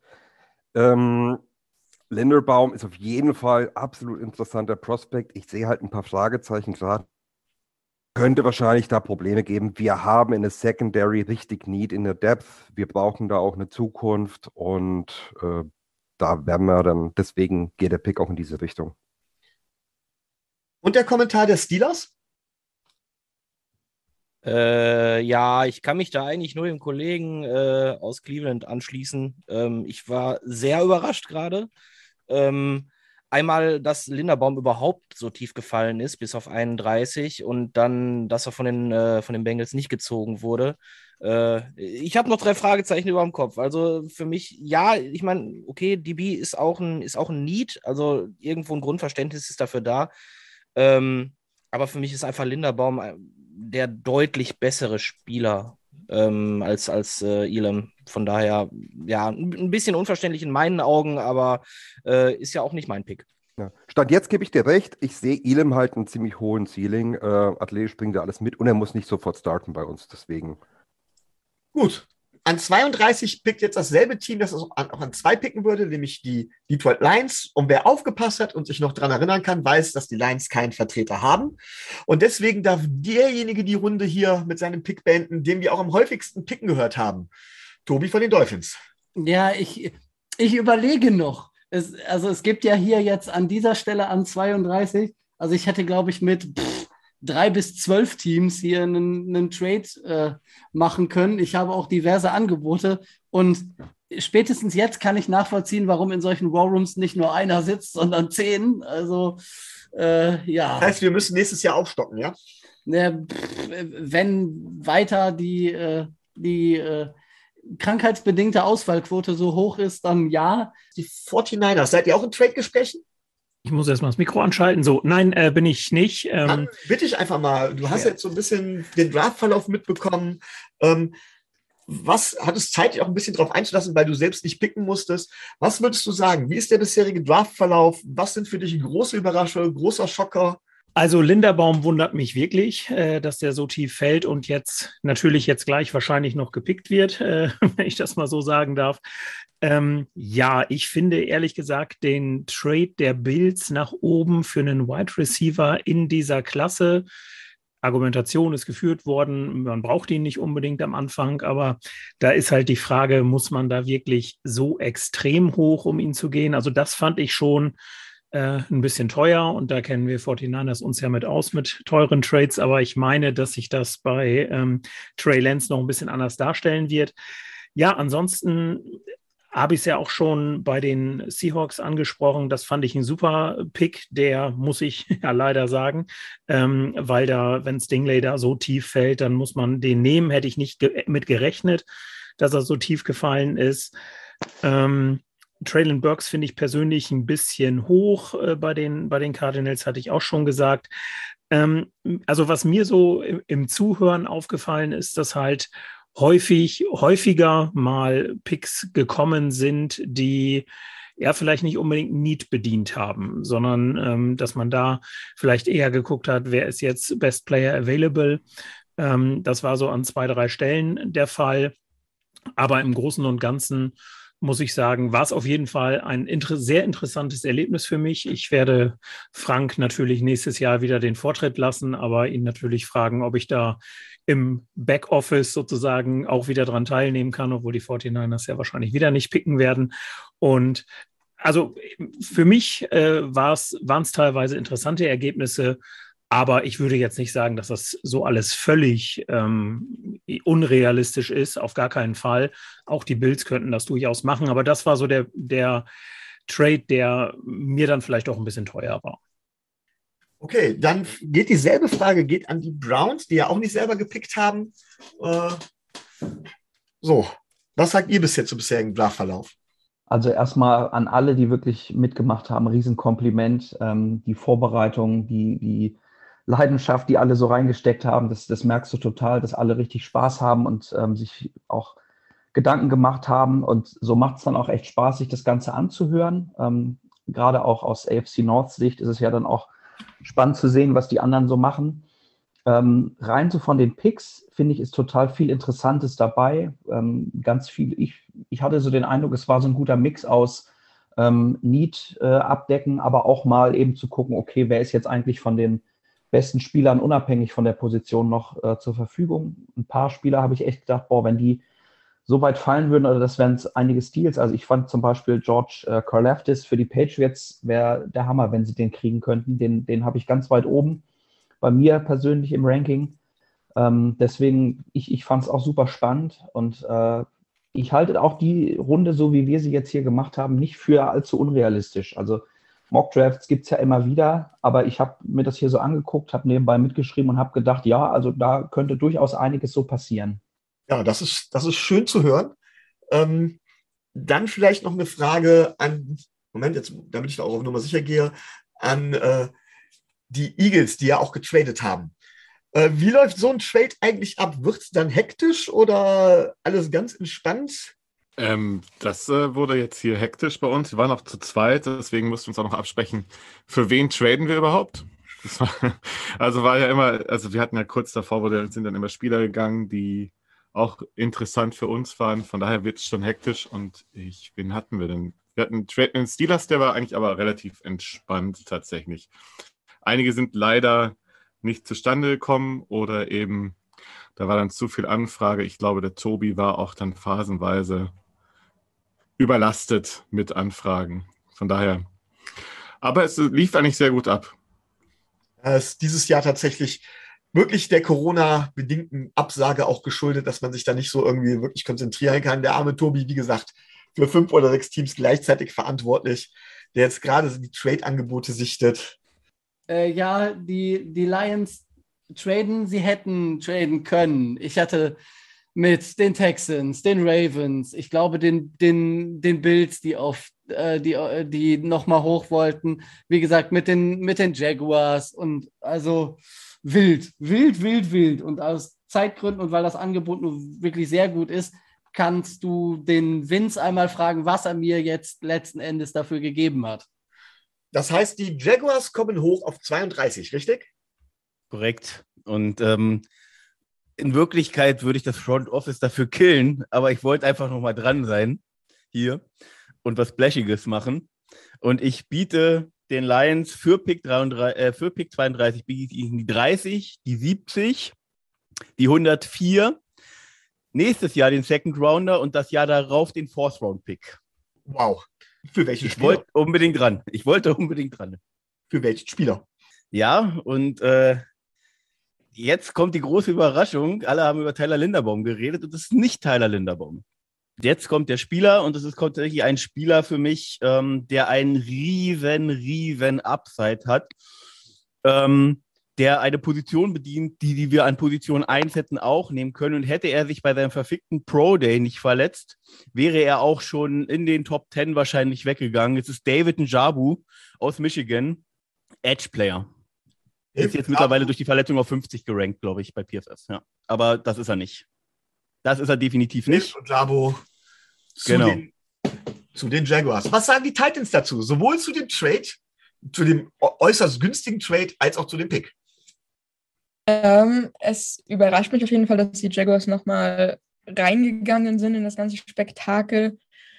Linderbaum ist auf jeden Fall absolut interessanter Prospekt. Ich sehe halt ein paar Fragezeichen gerade. Könnte wahrscheinlich da Probleme geben. Wir haben in der Secondary richtig Need in der Depth. Wir brauchen da auch eine Zukunft und da werden wir dann, deswegen geht der Pick auch in diese Richtung. Und der Kommentar der Steelers? Ja, ich kann mich da eigentlich nur dem Kollegen aus Cleveland anschließen. Ich war sehr überrascht gerade. Einmal, dass Linderbaum überhaupt so tief gefallen ist, bis auf 31, und dann, dass er von den Bengals nicht gezogen wurde. Ich habe noch 3 Fragezeichen über dem Kopf. Also für mich, ja, ich meine, okay, DB ist auch ein Need, also irgendwo ein Grundverständnis ist dafür da. Aber für mich ist einfach Linderbaum der deutlich bessere Spieler als Elam. Von daher, ja, ein bisschen unverständlich in meinen Augen, aber ist ja auch nicht mein Pick. Ja. Stand jetzt gebe ich dir recht, ich sehe Elam halt einen ziemlich hohen Ceiling. Athletisch bringt er alles mit und er muss nicht sofort starten bei uns, deswegen. Gut. An 32 pickt jetzt dasselbe Team, das auch an 2 picken würde, nämlich die Detroit Lions. Und wer aufgepasst hat und sich noch daran erinnern kann, weiß, dass die Lions keinen Vertreter haben. Und deswegen darf derjenige die Runde hier mit seinem Pick beenden, den wir auch am häufigsten picken gehört haben. Tobi von den Dolphins. Ja, ich überlege noch. Es gibt ja hier jetzt an dieser Stelle an 32, also ich hätte, glaube ich, mit 3 bis 12 Teams hier einen Trade machen können. Ich habe auch diverse Angebote und spätestens jetzt kann ich nachvollziehen, warum in solchen Warrooms nicht nur einer sitzt, sondern 10. Also, ja. Das heißt, wir müssen nächstes Jahr aufstocken, ja? Wenn weiter die krankheitsbedingte Ausfallquote so hoch ist, dann ja. Die 49ers, seid ihr auch in Trade-Gesprächen? Ich muss erstmal das Mikro anschalten. So, nein, bin ich nicht. Dann bitte ich einfach mal, du hast jetzt so ein bisschen den Draftverlauf mitbekommen. Was hat es Zeit, dich auch ein bisschen drauf einzulassen, weil du selbst nicht picken musstest? Was würdest du sagen? Wie ist der bisherige Draftverlauf? Was sind für dich große Überraschungen, großer Schocker? Also Linderbaum wundert mich wirklich, dass der so tief fällt und jetzt gleich wahrscheinlich noch gepickt wird, wenn ich das mal so sagen darf. Ja, ich finde ehrlich gesagt den Trade der Bills nach oben für einen Wide Receiver in dieser Klasse. Argumentation ist geführt worden, man braucht ihn nicht unbedingt am Anfang, aber da ist halt die Frage, muss man da wirklich so extrem hoch, um ihn zu gehen? Also das fand ich schon ein bisschen teuer und da kennen wir 49ers uns ja mit aus mit teuren Trades, aber ich meine, dass sich das bei Trey Lance noch ein bisschen anders darstellen wird. Ja, ansonsten habe ich es ja auch schon bei den Seahawks angesprochen. Das fand ich ein super Pick, der muss ich ja leider sagen, weil da, wenn Stingley da so tief fällt, dann muss man den nehmen. Hätte ich nicht mit gerechnet, dass er so tief gefallen ist. Traylon Burks finde ich persönlich ein bisschen hoch bei den Cardinals, hatte ich auch schon gesagt. Also was mir so im Zuhören aufgefallen ist, dass halt häufiger mal Picks gekommen sind, die ja vielleicht nicht unbedingt Need bedient haben, sondern dass man da vielleicht eher geguckt hat, wer ist jetzt Best Player Available. Das war so an 2, 3 Stellen der Fall. Aber im Großen und Ganzen muss ich sagen, war es auf jeden Fall ein sehr interessantes Erlebnis für mich. Ich werde Frank natürlich nächstes Jahr wieder den Vortritt lassen, aber ihn natürlich fragen, ob ich da im Backoffice sozusagen auch wieder dran teilnehmen kann, obwohl die 49ers ja wahrscheinlich wieder nicht picken werden. Und also für mich waren es teilweise interessante Ergebnisse, aber ich würde jetzt nicht sagen, dass das so alles völlig unrealistisch ist, auf gar keinen Fall. Auch die Bills könnten das durchaus machen, aber das war so der Trade, der mir dann vielleicht auch ein bisschen teuer war. Okay, dann geht dieselbe Frage an die Browns, die ja auch nicht selber gepickt haben. So, was sagt ihr bisher zum bisherigen Draftverlauf? Also erstmal an alle, die wirklich mitgemacht haben, Riesenkompliment. Die Vorbereitung, die Leidenschaft, die alle so reingesteckt haben, das merkst du total, dass alle richtig Spaß haben und sich auch Gedanken gemacht haben. Und so macht es dann auch echt Spaß, sich das Ganze anzuhören. Gerade auch aus AFC North Sicht ist es ja dann auch spannend zu sehen, was die anderen so machen. Rein so von den Picks, finde ich, ist total viel Interessantes dabei. Ganz viel. Ich hatte so den Eindruck, es war so ein guter Mix aus Need abdecken, aber auch mal eben zu gucken, okay, wer ist jetzt eigentlich von den besten Spielern unabhängig von der Position noch zur Verfügung. Ein paar Spieler habe ich echt gedacht, boah, wenn die so weit fallen würden, oder das wären einige Steals. Also ich fand zum Beispiel George Karlaftis für die Patriots wäre der Hammer, wenn sie den kriegen könnten. Den habe ich ganz weit oben bei mir persönlich im Ranking. Deswegen, ich fand es auch super spannend und ich halte auch die Runde, so wie wir sie jetzt hier gemacht haben, nicht für allzu unrealistisch. Also Mock-Drafts gibt es ja immer wieder, aber ich habe mir das hier so angeguckt, habe nebenbei mitgeschrieben und habe gedacht, ja, also da könnte durchaus einiges so passieren. Ja, das ist schön zu hören. Dann vielleicht noch eine Frage an, Moment, jetzt, damit ich da auch auf Nummer sicher gehe, an die Eagles, die ja auch getradet haben. Wie läuft so ein Trade eigentlich ab? Wird es dann hektisch oder alles ganz entspannt? Das wurde jetzt hier hektisch bei uns. Wir waren noch zu zweit, deswegen mussten wir uns auch noch absprechen, für wen traden wir überhaupt? War ja immer, also wir hatten ja kurz davor, sind dann immer Spieler gegangen, die auch interessant für uns waren. Von daher wird es schon hektisch. Und wen hatten wir denn? Wir hatten einen Steelers, der war eigentlich aber relativ entspannt tatsächlich. Einige sind leider nicht zustande gekommen oder eben, da war dann zu viel Anfrage. Ich glaube, der Tobi war auch dann phasenweise überlastet mit Anfragen. Von daher. Aber es lief eigentlich sehr gut ab. Es ist dieses Jahr tatsächlich wirklich der Corona-bedingten Absage auch geschuldet, dass man sich da nicht so irgendwie wirklich konzentrieren kann. Der arme Tobi, wie gesagt, für 5 oder 6 Teams gleichzeitig verantwortlich, der jetzt gerade die Trade-Angebote sichtet. Ja, die Lions sie hätten traden können. Ich hatte mit den Texans, den Ravens, ich glaube den Bills, die nochmal hoch wollten. Wie gesagt, mit den Jaguars und also wild. Und aus Zeitgründen und weil das Angebot nur wirklich sehr gut ist, kannst du den Vince einmal fragen, was er mir jetzt letzten Endes dafür gegeben hat. Das heißt, die Jaguars kommen hoch auf 32, richtig? Korrekt. Und in Wirklichkeit würde ich das Front Office dafür killen, aber ich wollte einfach noch mal dran sein hier und was Splashiges machen. Und ich biete den Lions für Pick 32 biete ich ihnen die 30, die 70, die 104, nächstes Jahr den Second Rounder und das Jahr darauf den Fourth Round Pick. Wow. Für welchen Spieler? Ich wollte unbedingt dran. Für welchen Spieler? Ja, und jetzt kommt die große Überraschung. Alle haben über Tyler Linderbaum geredet und das ist nicht Tyler Linderbaum. Jetzt kommt der Spieler und kommt tatsächlich ein Spieler für mich, der einen riesen Upside hat, der eine Position bedient, die wir an Position 1 hätten auch nehmen können. Und hätte er sich bei seinem verfickten Pro Day nicht verletzt, wäre er auch schon in den Top 10 wahrscheinlich weggegangen. Es ist David Njoku aus Michigan, Edge Player. Ist jetzt mittlerweile durch die Verletzung auf 50 gerankt, glaube ich, bei PFF. Ja. Aber das ist er nicht. Das ist er definitiv nicht. Und Jabo zu den Jaguars. Was sagen die Titans dazu? Sowohl zu dem Trade, zu dem äußerst günstigen Trade, als auch zu dem Pick. Es überrascht mich auf jeden Fall, dass die Jaguars nochmal reingegangen sind in das ganze Spektakel.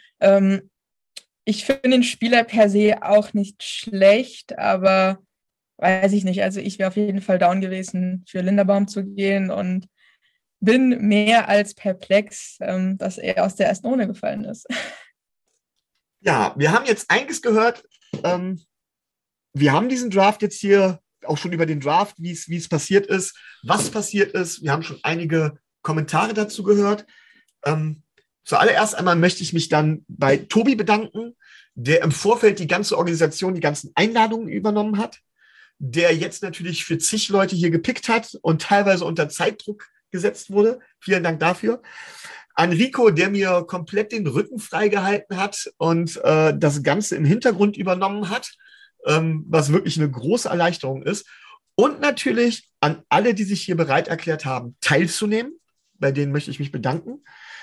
Ich finde den Spieler per se auch nicht schlecht, aber weiß ich nicht. Also ich wäre auf jeden Fall down gewesen, für Linderbaum zu gehen und bin mehr als perplex, dass er aus der ersten Runde gefallen ist. Ja, wir haben jetzt einiges gehört. Wir haben diesen Draft jetzt hier auch schon über den Draft, wie es passiert ist, was passiert ist. Wir haben schon einige Kommentare dazu gehört. Zuallererst einmal möchte ich mich dann bei Tobi bedanken, der im Vorfeld die ganze Organisation, die ganzen Einladungen übernommen hat, der jetzt natürlich für zig Leute hier gepickt hat und teilweise unter Zeitdruck gesetzt wurde. Vielen Dank dafür. An Rico, der mir komplett den Rücken freigehalten hat und das Ganze im Hintergrund übernommen hat, was wirklich eine große Erleichterung ist. Und natürlich an alle, die sich hier bereit erklärt haben, teilzunehmen. Bei denen möchte ich mich bedanken.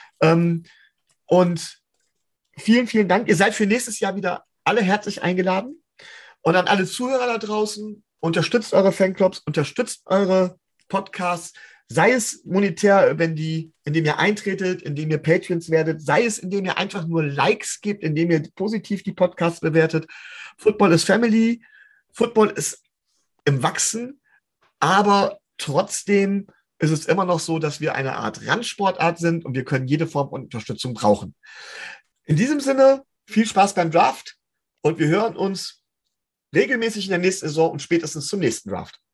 Und vielen Dank. Ihr seid für nächstes Jahr wieder alle herzlich eingeladen. Und an alle Zuhörer da draußen, unterstützt eure Fanclubs, unterstützt eure Podcasts, sei es monetär, indem ihr eintretet, indem ihr Patreons werdet, sei es, indem ihr einfach nur Likes gebt, indem ihr positiv die Podcasts bewertet. Football ist Family, Football ist im Wachsen, aber trotzdem ist es immer noch so, dass wir eine Art Randsportart sind und wir können jede Form von Unterstützung brauchen. In diesem Sinne, viel Spaß beim Draft und wir hören uns regelmäßig in der nächsten Saison und spätestens zum nächsten Draft.